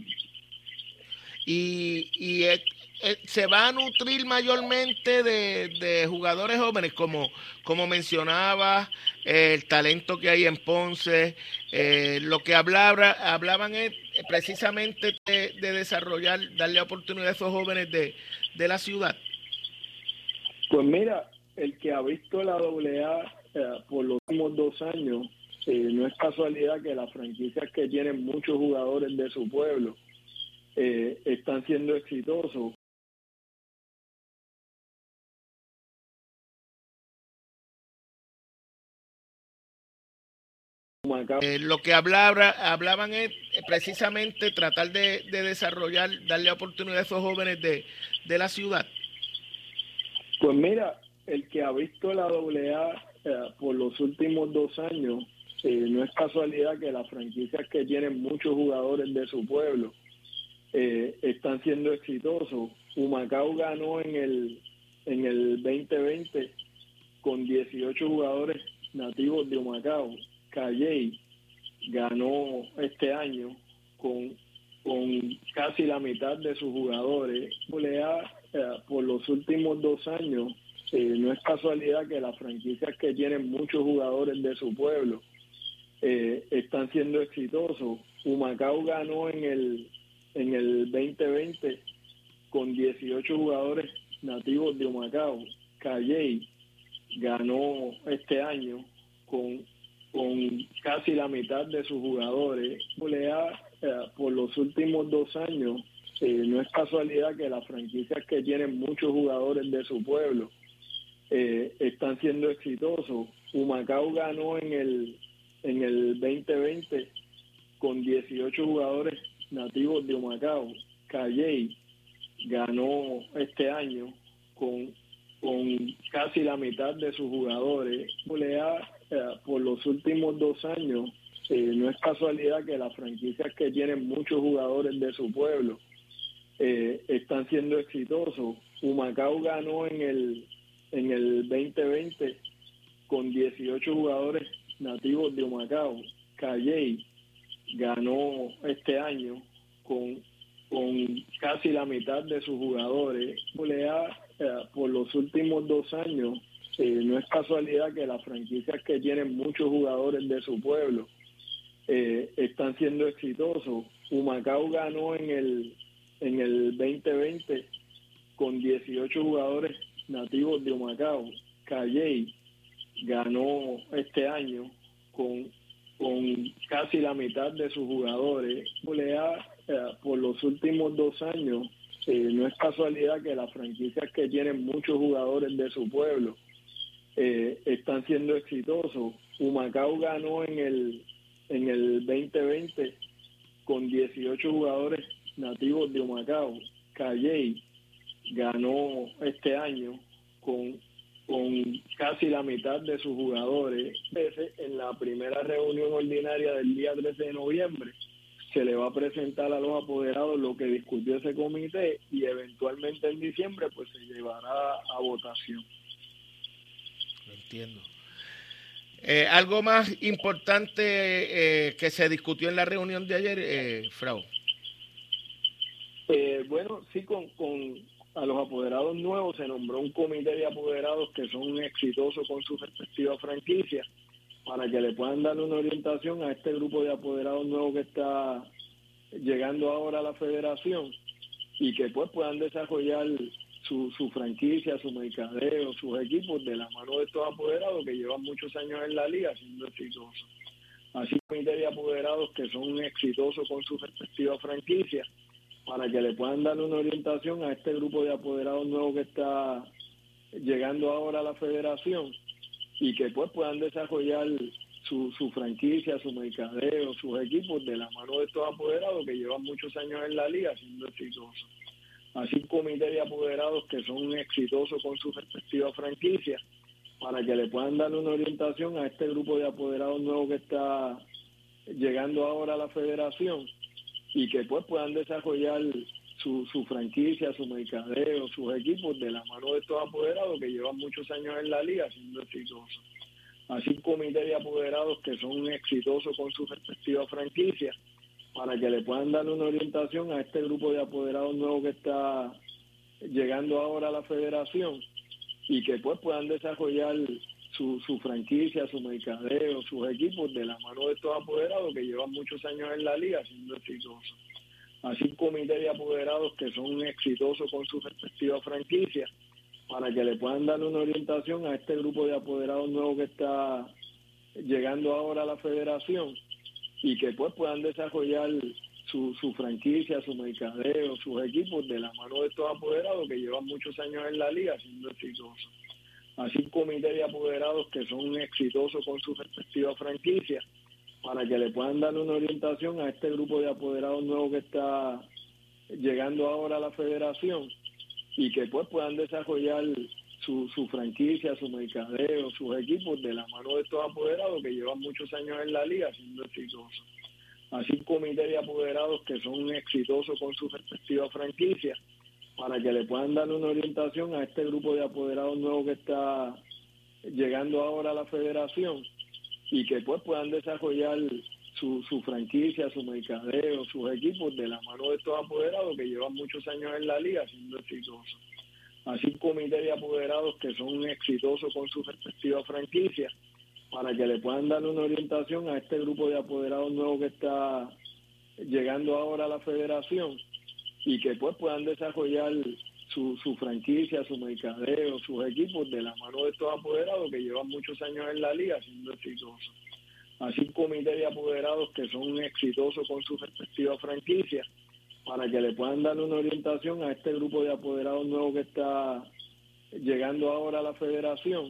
Y, y eh, eh, se va a nutrir mayormente de, de jugadores jóvenes, como, como mencionaba, eh, el talento que hay en Ponce. Eh, lo que hablaba, hablaban es precisamente de, de desarrollar, darle oportunidad a esos jóvenes de, de la ciudad. Pues mira, el que ha visto la doble A eh, por los últimos dos años, eh, no es casualidad que las franquicias que tienen muchos jugadores de su pueblo Eh, están siendo exitosos. Eh, lo que hablaba, hablaban es precisamente tratar de, de desarrollar, darle oportunidad a esos jóvenes de, de la ciudad. Pues mira, el que ha visto la doble A eh, por los últimos dos años, eh, no es casualidad que las franquicias que tienen muchos jugadores de su pueblo Eh, están siendo exitosos. Humacao ganó en el en el veinte veinte con dieciocho jugadores nativos de Humacao. Calley ganó este año con, con casi la mitad de sus jugadores. Eh, por los últimos dos años, eh, no es casualidad que las franquicias que tienen muchos jugadores de su pueblo eh, están siendo exitosos. Humacao ganó en el en el veinte veinte con dieciocho jugadores nativos de Humacao. Calley ganó este año con, con casi la mitad de sus jugadores. Eh, por los últimos dos años, eh, no es casualidad que las franquicias que tienen muchos jugadores de su pueblo eh, están siendo exitosos. Humacao ganó en el en el veinte veinte con dieciocho jugadores nativos de Humacao. Calley ganó este año con, con casi la mitad de sus jugadores. Eh, por los últimos dos años, eh, no es casualidad que las franquicias que tienen muchos jugadores de su pueblo eh, están siendo exitosos. Humacao ganó en el en el veinte veinte con dieciocho jugadores nativos de Humacao. Calley ganó este año con, con casi la mitad de sus jugadores. Eh, por los últimos dos años, eh, no es casualidad que las franquicias que tienen muchos jugadores de su pueblo eh, están siendo exitosos. Humacao ganó en el en el veinte veinte con dieciocho jugadores nativos de Humacao. Calley ganó este año con con casi la mitad de sus jugadores. Eh, por los últimos dos años, eh, no es casualidad que las franquicias que tienen muchos jugadores de su pueblo eh, están siendo exitosos. Humacao ganó en el en el veinte veinte con dieciocho jugadores nativos de Humacao. Calley ganó este año con con casi la mitad de sus jugadores. En la primera reunión ordinaria del día trece de noviembre, se le va a presentar a los apoderados lo que discutió ese comité y eventualmente en diciembre pues se llevará a votación. Lo entiendo. Eh, ¿Algo más importante eh, que se discutió en la reunión de ayer, eh, Frau? Eh, bueno, sí, con, con a los apoderados nuevos se nombró un comité de apoderados que son exitosos con sus respectivas franquicias para que le puedan dar una orientación a este grupo de apoderados nuevos que está llegando ahora a la federación y que pues puedan desarrollar su, su franquicia, su mercadeo, sus equipos de la mano de estos apoderados que llevan muchos años en la liga siendo exitosos. Así comité de apoderados que son exitosos con sus respectivas franquicias para que le puedan dar una orientación a este grupo de apoderados nuevos que está llegando ahora a la federación y que pues puedan desarrollar su, su franquicia, su mercadeo, sus equipos de la mano de estos apoderados que llevan muchos años en la liga siendo exitosos. Así un comité de apoderados que son exitosos con sus respectivas franquicias para que le puedan dar una orientación a este grupo de apoderados nuevos que está llegando ahora a la federación y que pues puedan desarrollar su, su franquicia, su mercadeo, sus equipos de la mano de estos apoderados que llevan muchos años en la liga siendo exitosos. Así un comité de apoderados que son exitosos con sus respectivas franquicias para que le puedan dar una orientación a este grupo de apoderados nuevos que está llegando ahora a la federación y que pues puedan desarrollar su, su franquicia, su mercadeo, sus equipos de la mano de estos apoderados que llevan muchos años en la liga siendo exitosos. Así un comité de apoderados que son exitosos con sus respectivas franquicias para que le puedan dar una orientación a este grupo de apoderados nuevos que está llegando ahora a la federación y que pues puedan desarrollar su, su franquicia, su mercadeo, sus equipos de la mano de estos apoderados que llevan muchos años en la liga siendo exitosos. Así un comité de apoderados que son exitosos con sus respectivas franquicias para que le puedan dar una orientación a este grupo de apoderados nuevos que está llegando ahora a la federación y que pues puedan desarrollar su, su franquicia, su mercadeo, sus equipos de la mano de estos apoderados que llevan muchos años en la liga siendo exitosos. Así un comité de apoderados que son exitosos con sus respectivas franquicias para que le puedan dar una orientación a este grupo de apoderados nuevos que está llegando ahora a la federación y que pues puedan desarrollar su, su franquicia, su mercadeo, sus equipos de la mano de estos apoderados que llevan muchos años en la liga siendo exitosos. Así un comité de apoderados que son exitosos con sus respectivas franquicias para que le puedan dar una orientación a este grupo de apoderados nuevos que está llegando ahora a la federación y que pues puedan desarrollar su, su franquicia, su mercadeo, sus equipos de la mano de estos apoderados que llevan muchos años en la liga siendo exitosos. Así un comité de apoderados que son exitosos con sus respectivas franquicias para que le puedan dar una orientación a este grupo de apoderados nuevos que está llegando ahora a la federación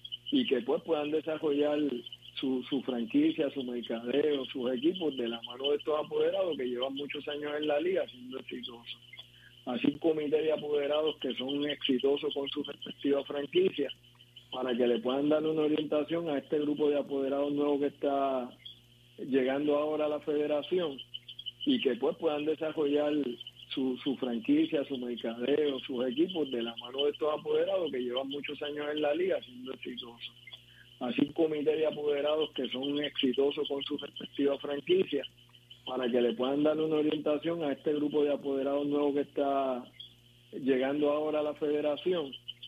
y que pues puedan desarrollar su, su franquicia, su mercadeo, sus equipos de la mano de estos apoderados que llevan muchos años en la liga siendo exitosos. Así un comité de apoderados que son exitosos con sus respectivas franquicias para que le puedan dar una orientación a este grupo de apoderados nuevos que está llegando ahora a la federación y que pues puedan desarrollar su, su franquicia, su mercadeo, sus equipos de la mano de estos apoderados que llevan muchos años en la liga siendo exitosos. Así un comité de apoderados que son exitosos con sus respectivas franquicias para que le puedan dar una orientación a este grupo de apoderados nuevos que está llegando ahora a la federación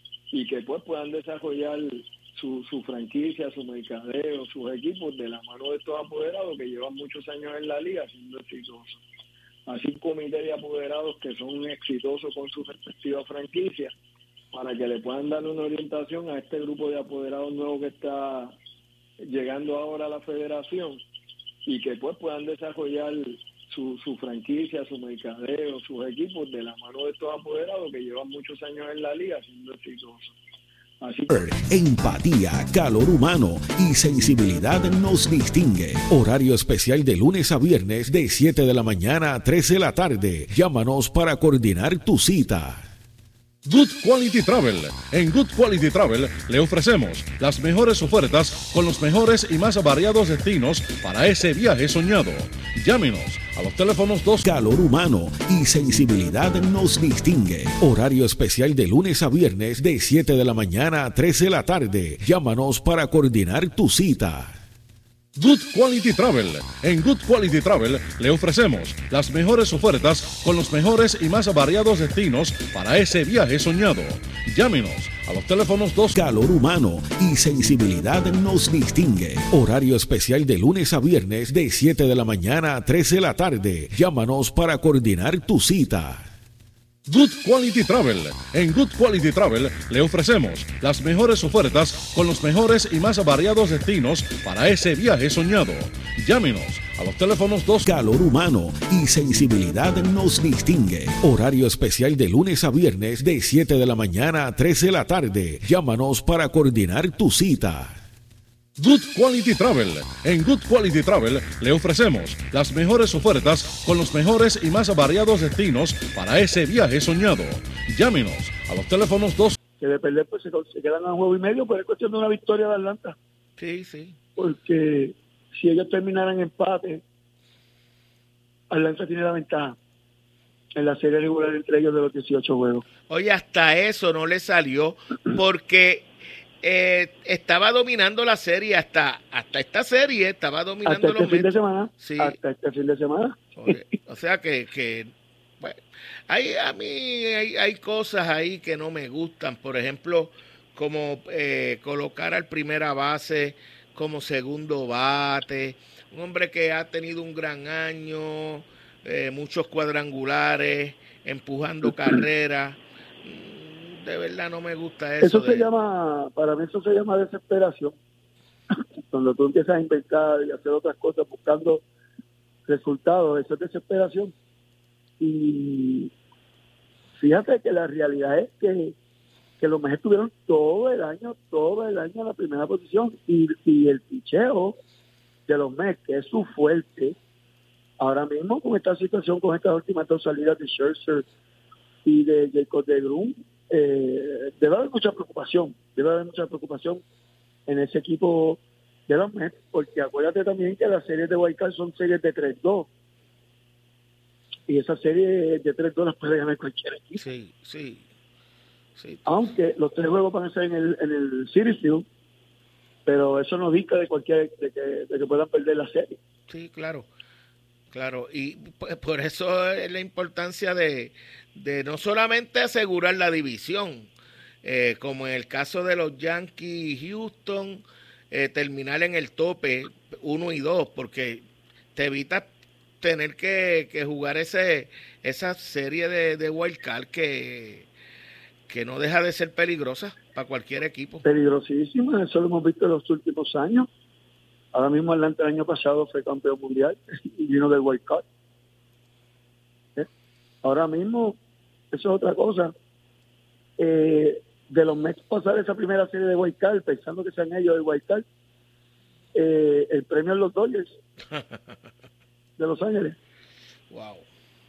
y que pues puedan desarrollar su, su franquicia, su mercadeo, sus equipos de la mano de estos apoderados que llevan muchos años en la liga siendo exitosos. Así un comité de apoderados que son exitosos con sus respectivas franquicias para que le puedan dar una orientación a este grupo de apoderados nuevos que está llegando ahora a la federación y que pues puedan desarrollar su, su franquicia, su mercadeo, sus equipos de la mano de estos apoderados que llevan muchos años en la liga siendo exitosos. Así que... Empatía, calor humano y sensibilidad nos distingue. Horario especial de lunes a viernes de siete de la mañana a tres de la tarde. Llámanos para coordinar tu cita. Good Quality Travel. En Good Quality Travel le ofrecemos las mejores ofertas con los mejores y más variados destinos para ese viaje soñado. Llámenos a los teléfonos dos. Calor humano y sensibilidad nos distingue. Horario especial de lunes a viernes de siete de la mañana a tres de la tarde. Llámanos para coordinar tu cita. Good Quality Travel. En Good Quality Travel le ofrecemos las mejores ofertas con los mejores y más variados destinos para ese viaje soñado. Llámenos a los teléfonos dos. Calor humano y sensibilidad nos distingue. Horario especial de lunes a viernes de siete de la mañana a tres de la tarde. Llámanos para coordinar tu cita. Good Quality Travel. En Good Quality Travel le ofrecemos las mejores ofertas con los mejores y más variados destinos para ese viaje soñado. Llámenos a los teléfonos dos. Calor humano y sensibilidad nos distingue. Horario especial de lunes a viernes de siete de la mañana a tres de la tarde. Llámanos para coordinar tu cita. Good Quality Travel. En Good Quality Travel le ofrecemos las mejores ofertas con los mejores y más variados destinos para ese viaje soñado. Llámenos a los teléfonos dos. Que de perder pues se, se quedan a un juego y medio, pero es cuestión de una victoria de Atlanta. Sí, sí. Porque si ellos terminaran en empate, Atlanta tiene la ventaja en la serie regular entre ellos de los dieciocho juegos. Oye, hasta eso no le salió porque Eh, estaba dominando la serie hasta hasta esta serie, estaba dominando hasta este los fin de Mets. semana. Sí. Hasta este fin de semana. Oye, o sea que, que bueno, hay, a mí hay, hay cosas ahí que no me gustan. Por ejemplo, como eh, colocar al primera base como segundo bate. Un hombre que ha tenido un gran año, eh, muchos cuadrangulares, empujando carreras. De verdad no me gusta eso. Eso de... se llama, para mí eso se llama desesperación. Cuando tú empiezas a inventar y hacer otras cosas buscando resultados, eso es desesperación. Y fíjate que la realidad es que, que los Mets estuvieron todo el año, todo el año en la primera posición. Y, y el picheo de los Mets, que es su fuerte, ahora mismo con esta situación, con estas últimas dos salidas de Scherzer y de Jacob deGrom, Eh, debe haber mucha preocupación, debe haber mucha preocupación en ese equipo de los Mets, porque acuérdate también que las series de Wild Card son series de tres dos y esas series de tres dos las puede ganar cualquier equipo. Sí, sí, sí. Aunque los tres juegos van a ser en el, en el Citi Field, pero eso no dice de cualquier de que, de que puedan perder la serie. Sí, claro. Claro, y por eso es la importancia de, de no solamente asegurar la división, eh, como en el caso de los Yankees y Houston, eh, terminar en el tope uno y dos, porque te evitas tener que, que jugar ese esa serie de, de wild card que, que no deja de ser peligrosa para cualquier equipo. Peligrosísima, eso lo hemos visto en los últimos años. Ahora mismo Atlanta el año pasado fue campeón mundial y vino del Wild Card. ¿Eh? Ahora mismo, eso es otra cosa. Eh, de los Mets pasar esa primera serie de Wild Card, pensando que sean ellos del Wild Card, eh, el premio en los Dodgers de Los Ángeles. Wow.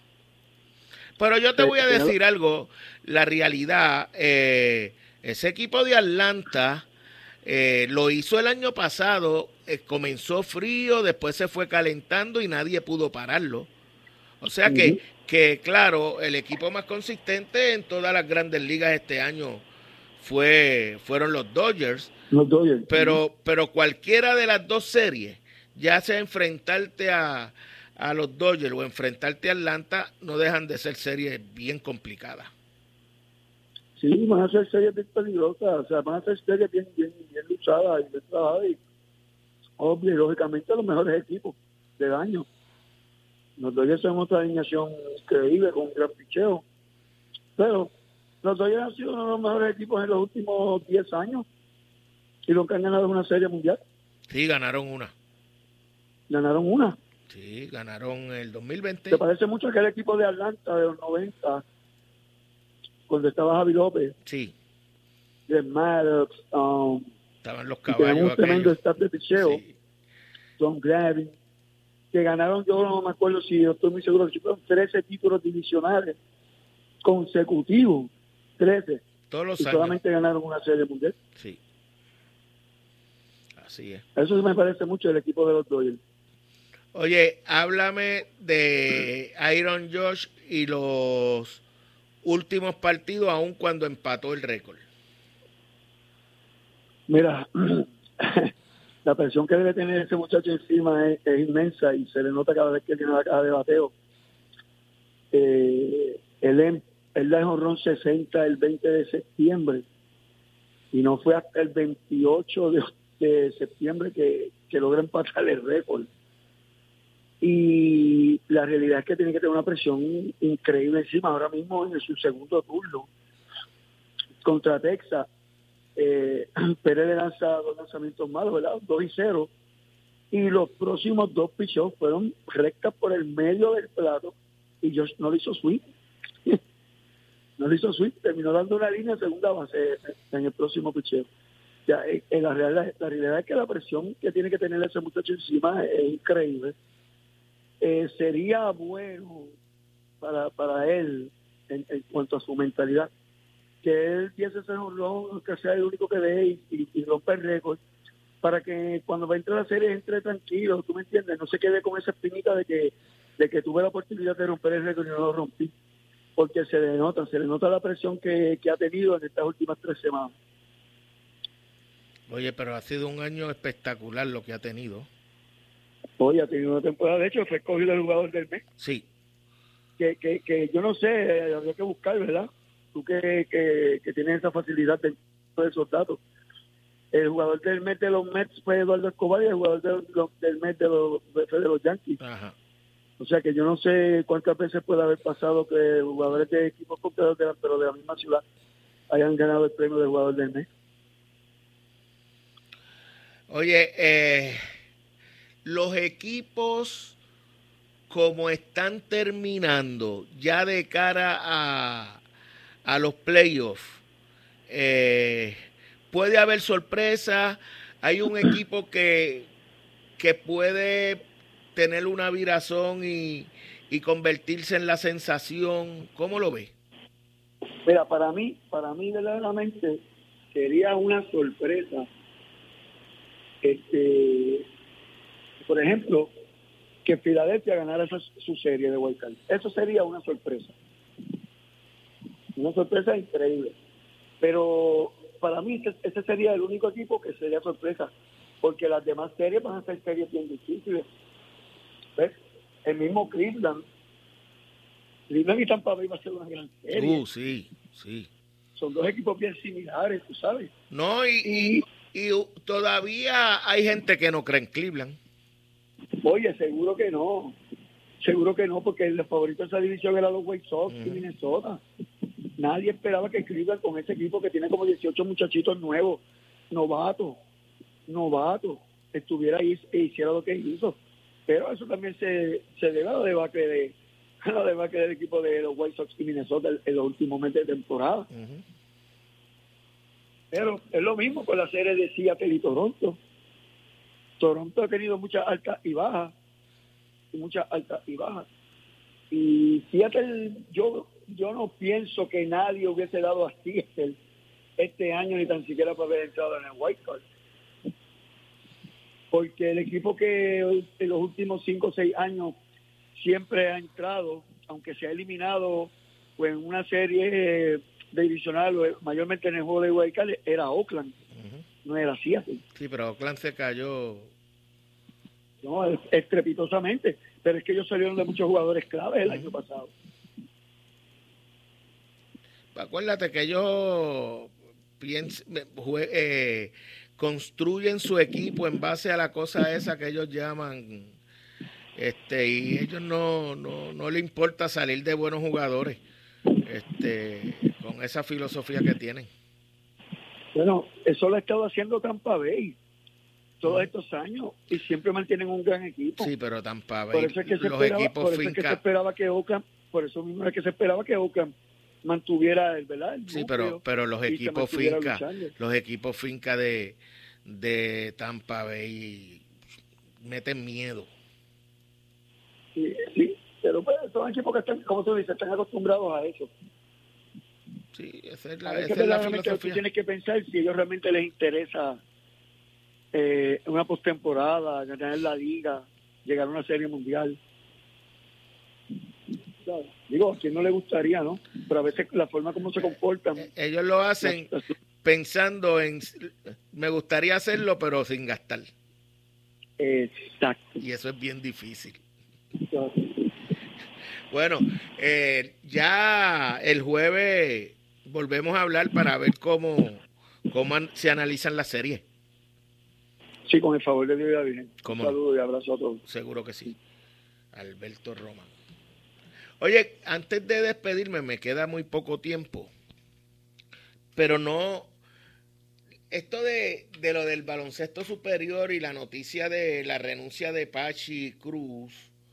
Pero yo te voy a decir algo, la realidad, eh, ese equipo de Atlanta eh, lo hizo el año pasado. Eh, comenzó frío, después se fue calentando y nadie pudo pararlo. O sea que, uh-huh. que claro, el equipo más consistente en todas las grandes ligas este año fue fueron los Dodgers. Los Dodgers. Pero, uh-huh. pero cualquiera de las dos series, ya sea enfrentarte a, a los Dodgers o enfrentarte a Atlanta, no dejan de ser series bien complicadas. Sí, van a ser series bien peligrosas, o sea, van a ser series bien, bien, bien luchadas y bien trabajadas y obvio, lógicamente los mejores equipos del año. Los Dodgers son otra alineación increíble con un gran picheo, pero los Dodgers han sido uno de los mejores equipos en los últimos diez años y lo que han ganado es una serie mundial. Sí, ganaron una. Ganaron una. Sí, ganaron el dos mil veinte. ¿Te parece mucho aquel equipo de Atlanta de los noventa cuando estaba Javi López? Sí. De Maddox, um, estaban los caballos. Un tremendo staff de picheo. Sí. John Glavine, que ganaron, yo no me acuerdo si yo estoy muy seguro, que fueron trece títulos divisionales consecutivos trece. Todos los y años. solamente ganaron una serie mundial. Sí. Así es. Eso sí me parece mucho del equipo de los Dodgers. Oye, háblame de Aaron Judge y los últimos partidos, aun cuando empató el récord. Mira, la presión que debe tener ese muchacho encima es, es inmensa y se le nota cada vez que tiene la caja de bateo. Eh, él, él da el jonrón sesenta el veinte de septiembre y no fue hasta el veintiocho de, de septiembre que, que logra empatar el récord. Y la realidad es que tiene que tener una presión increíble encima. Ahora mismo en su segundo turno contra Texas, eh, Pérez le lanza dos lanzamientos malos, ¿verdad? dos y cero, y los próximos dos picheos fueron rectas por el medio del plato y Josh no le hizo swing. no le hizo swing, terminó dando una línea de segunda base en el próximo picheo. Ya, en la realidad, la realidad es que la presión que tiene que tener ese muchacho encima es, es increíble. Eh, sería bueno para, para él en, en cuanto a su mentalidad que él empiece ese jonrón, que sea el único que dé y, y, y rompa el récord, para que cuando va a entrar a la serie entre tranquilo, tú me entiendes, no se quede con esa espinita de que de que tuve la oportunidad de romper el récord y no lo rompí, porque se le nota, se le nota la presión que, que ha tenido en estas últimas tres semanas. Oye, pero ha sido un año espectacular lo que ha tenido. Oye, ha tenido una temporada, de hecho fue escogido el jugador del mes. Sí. Que, que, que yo no sé, habría que buscar, ¿verdad? Tú que, que, que tienes esa facilidad de, de esos datos. El jugador del mes de los Mets fue Eduardo Escobar y el jugador de, lo, del mes de los, de los Yankees. Ajá. O sea que yo no sé cuántas veces puede haber pasado que jugadores de equipos contrarios, de, pero de la misma ciudad, hayan ganado el premio de jugador del mes. Oye, eh, los equipos como están terminando ya de cara a, a los playoffs, eh, puede haber sorpresa. Hay un equipo que, que puede tener una virazón y, y convertirse en la sensación. ¿Cómo lo ves? Mira, para mí, para mí verdaderamente sería una sorpresa. Este, por ejemplo, que Filadelfia ganara esa, su serie de Wild Card. Eso sería una sorpresa. Una sorpresa increíble. Pero para mí ese, ese sería el único equipo que sería sorpresa, porque las demás series van a ser series bien difíciles. ¿Ves? El mismo Cleveland. Cleveland y Tampa Bay va a ser una gran serie. Uh, sí, sí. Son dos equipos bien similares, tú sabes. No, y, y, y todavía hay gente que no cree en Cleveland. Oye, seguro que no. Seguro que no, porque el favorito de esa división era los White Sox uh-huh. y Minnesota. Nadie esperaba que Cleveland, con ese equipo que tiene como dieciocho muchachitos nuevos, novatos, novatos, estuviera ahí e hiciera lo que hizo. Pero eso también se, se debe a la debacle de la debacle del equipo de los White Sox y Minnesota en los últimos meses de temporada. Uh-huh. Pero es lo mismo con la serie de Seattle y Toronto. Toronto ha tenido muchas altas y bajas, y muchas altas y bajas. Y Seattle, yo yo no pienso que nadie hubiese dado a Seattle este año ni tan siquiera para haber entrado en el Wild Card. Porque el equipo que en los últimos cinco o seis años siempre ha entrado, aunque se ha eliminado pues, en una serie divisional, mayormente en el juego de Wild Card, era Oakland. Uh-huh. No era Seattle. Sí, pero Oakland se cayó. No, estrepitosamente. Pero es que ellos salieron de muchos jugadores claves el uh-huh. año pasado. Acuérdate que ellos piensan, eh, construyen su equipo en base a la cosa esa que ellos llaman, este, y ellos no, no, no le importa salir de buenos jugadores, este, con esa filosofía que tienen. Bueno, eso lo ha estado haciendo Tampa Bay todos estos años y siempre mantienen un gran equipo. Sí, pero Tampa Bay, por eso es que se los esperaba, equipos por eso finca... es que se esperaba que Oakland, por eso mismo es que se esperaba que Oakland mantuviera el, ¿verdad? El sí, pero pero los equipos finca, luchando. los equipos finca de de Tampa Bay meten miedo. Sí, sí, pero pues son equipos que están, como tú dices, están acostumbrados a eso. Sí, esa es la, a veces esa es la verdaderamente tú filosofía. tienes que pensar si a ellos realmente les interesa eh, una postemporada, ganar la liga, llegar a una serie mundial. ¿Sabes? Digo, a quien no le gustaría, ¿no? Pero a veces la forma como se comportan. Eh, ellos lo hacen la, la, pensando en, me gustaría hacerlo, pero sin gastar. Exacto. Y eso es bien difícil. Exacto. Bueno, eh, ya el jueves volvemos a hablar para ver cómo, cómo se analizan las series. Sí, con el favor de Dios y la Virgen. Un ¿Cómo saludo no? y abrazo a todos. Seguro que sí. Alberto Román. Oye, antes de despedirme, me queda muy poco tiempo, pero no, esto de, de lo del baloncesto superior y la noticia de la renuncia de Pachi Cruz,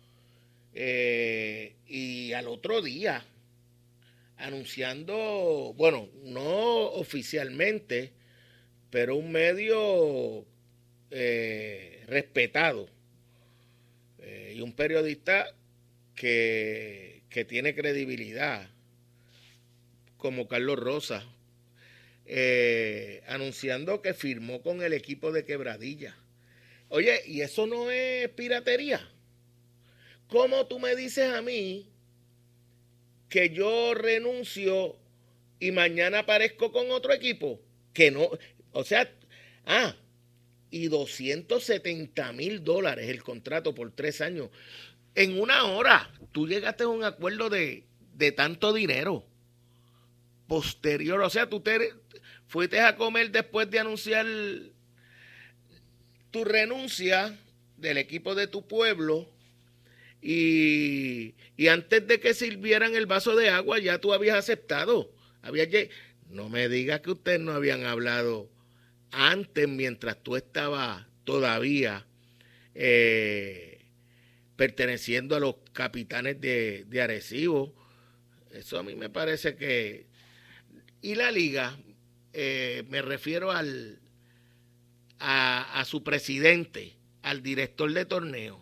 eh, y al otro día, anunciando, bueno, no oficialmente, pero un medio eh, respetado, eh, y un periodista que, que tiene credibilidad, como Carlos Rosa, eh, anunciando que firmó con el equipo de Quebradilla. Oye, ¿y eso no es piratería? ¿Cómo tú me dices a mí que yo renuncio y mañana aparezco con otro equipo? Que no, o sea, ah, y doscientos setenta mil dólares el contrato por tres años. En una hora, tú llegaste a un acuerdo de, de tanto dinero posterior. O sea, tú te fuiste a comer después de anunciar tu renuncia del equipo de tu pueblo y, y antes de que sirvieran el vaso de agua ya tú habías aceptado. Habías, no me digas que ustedes no habían hablado antes mientras tú estabas todavía eh, perteneciendo a los Capitanes de, de Arecibo. Eso a mí me parece que... Y la liga, eh, me refiero al a, a su presidente, al director de torneo.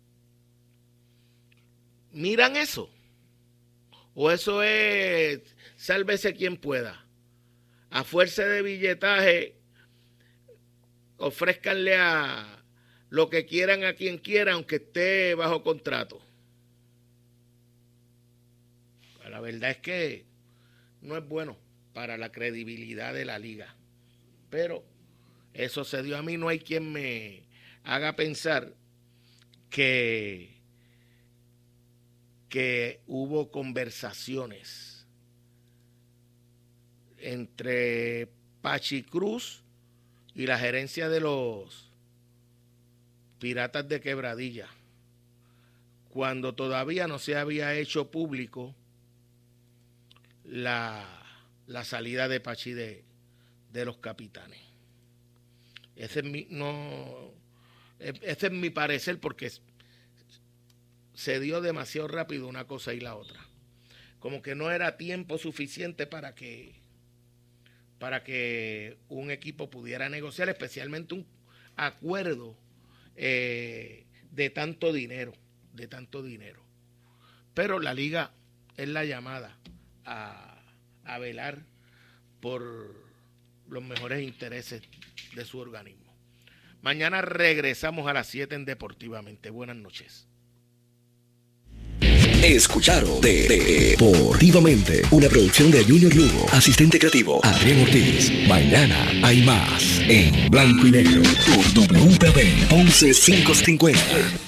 ¿Miran eso? ¿O eso es sálvese quien pueda? A fuerza de billetaje, ofrézcanle a lo que quieran a quien quiera, aunque esté bajo contrato. La verdad es que no es bueno para la credibilidad de la liga. Pero eso se dio. A mí no hay quien me haga pensar que, que hubo conversaciones entre Pachi Cruz y la gerencia de los Piratas de Quebradilla, cuando todavía no se había hecho público la, la salida de Pachi de, de los Capitanes. Ese es mi, no, ese es mi parecer, porque se dio demasiado rápido una cosa y la otra. Como que no era tiempo suficiente para que, para que un equipo pudiera negociar, especialmente un acuerdo eh, de tanto dinero, de tanto dinero. Pero la liga es la llamada a, a velar por los mejores intereses de su organismo. Mañana regresamos a las siete en Deportivamente. Buenas noches. Escucharon de, de Deportivamente, una producción de Junior Lugo, asistente creativo Adrián Ortiz. Mañana hay más en blanco y negro por W P B once mil quinientos cincuenta.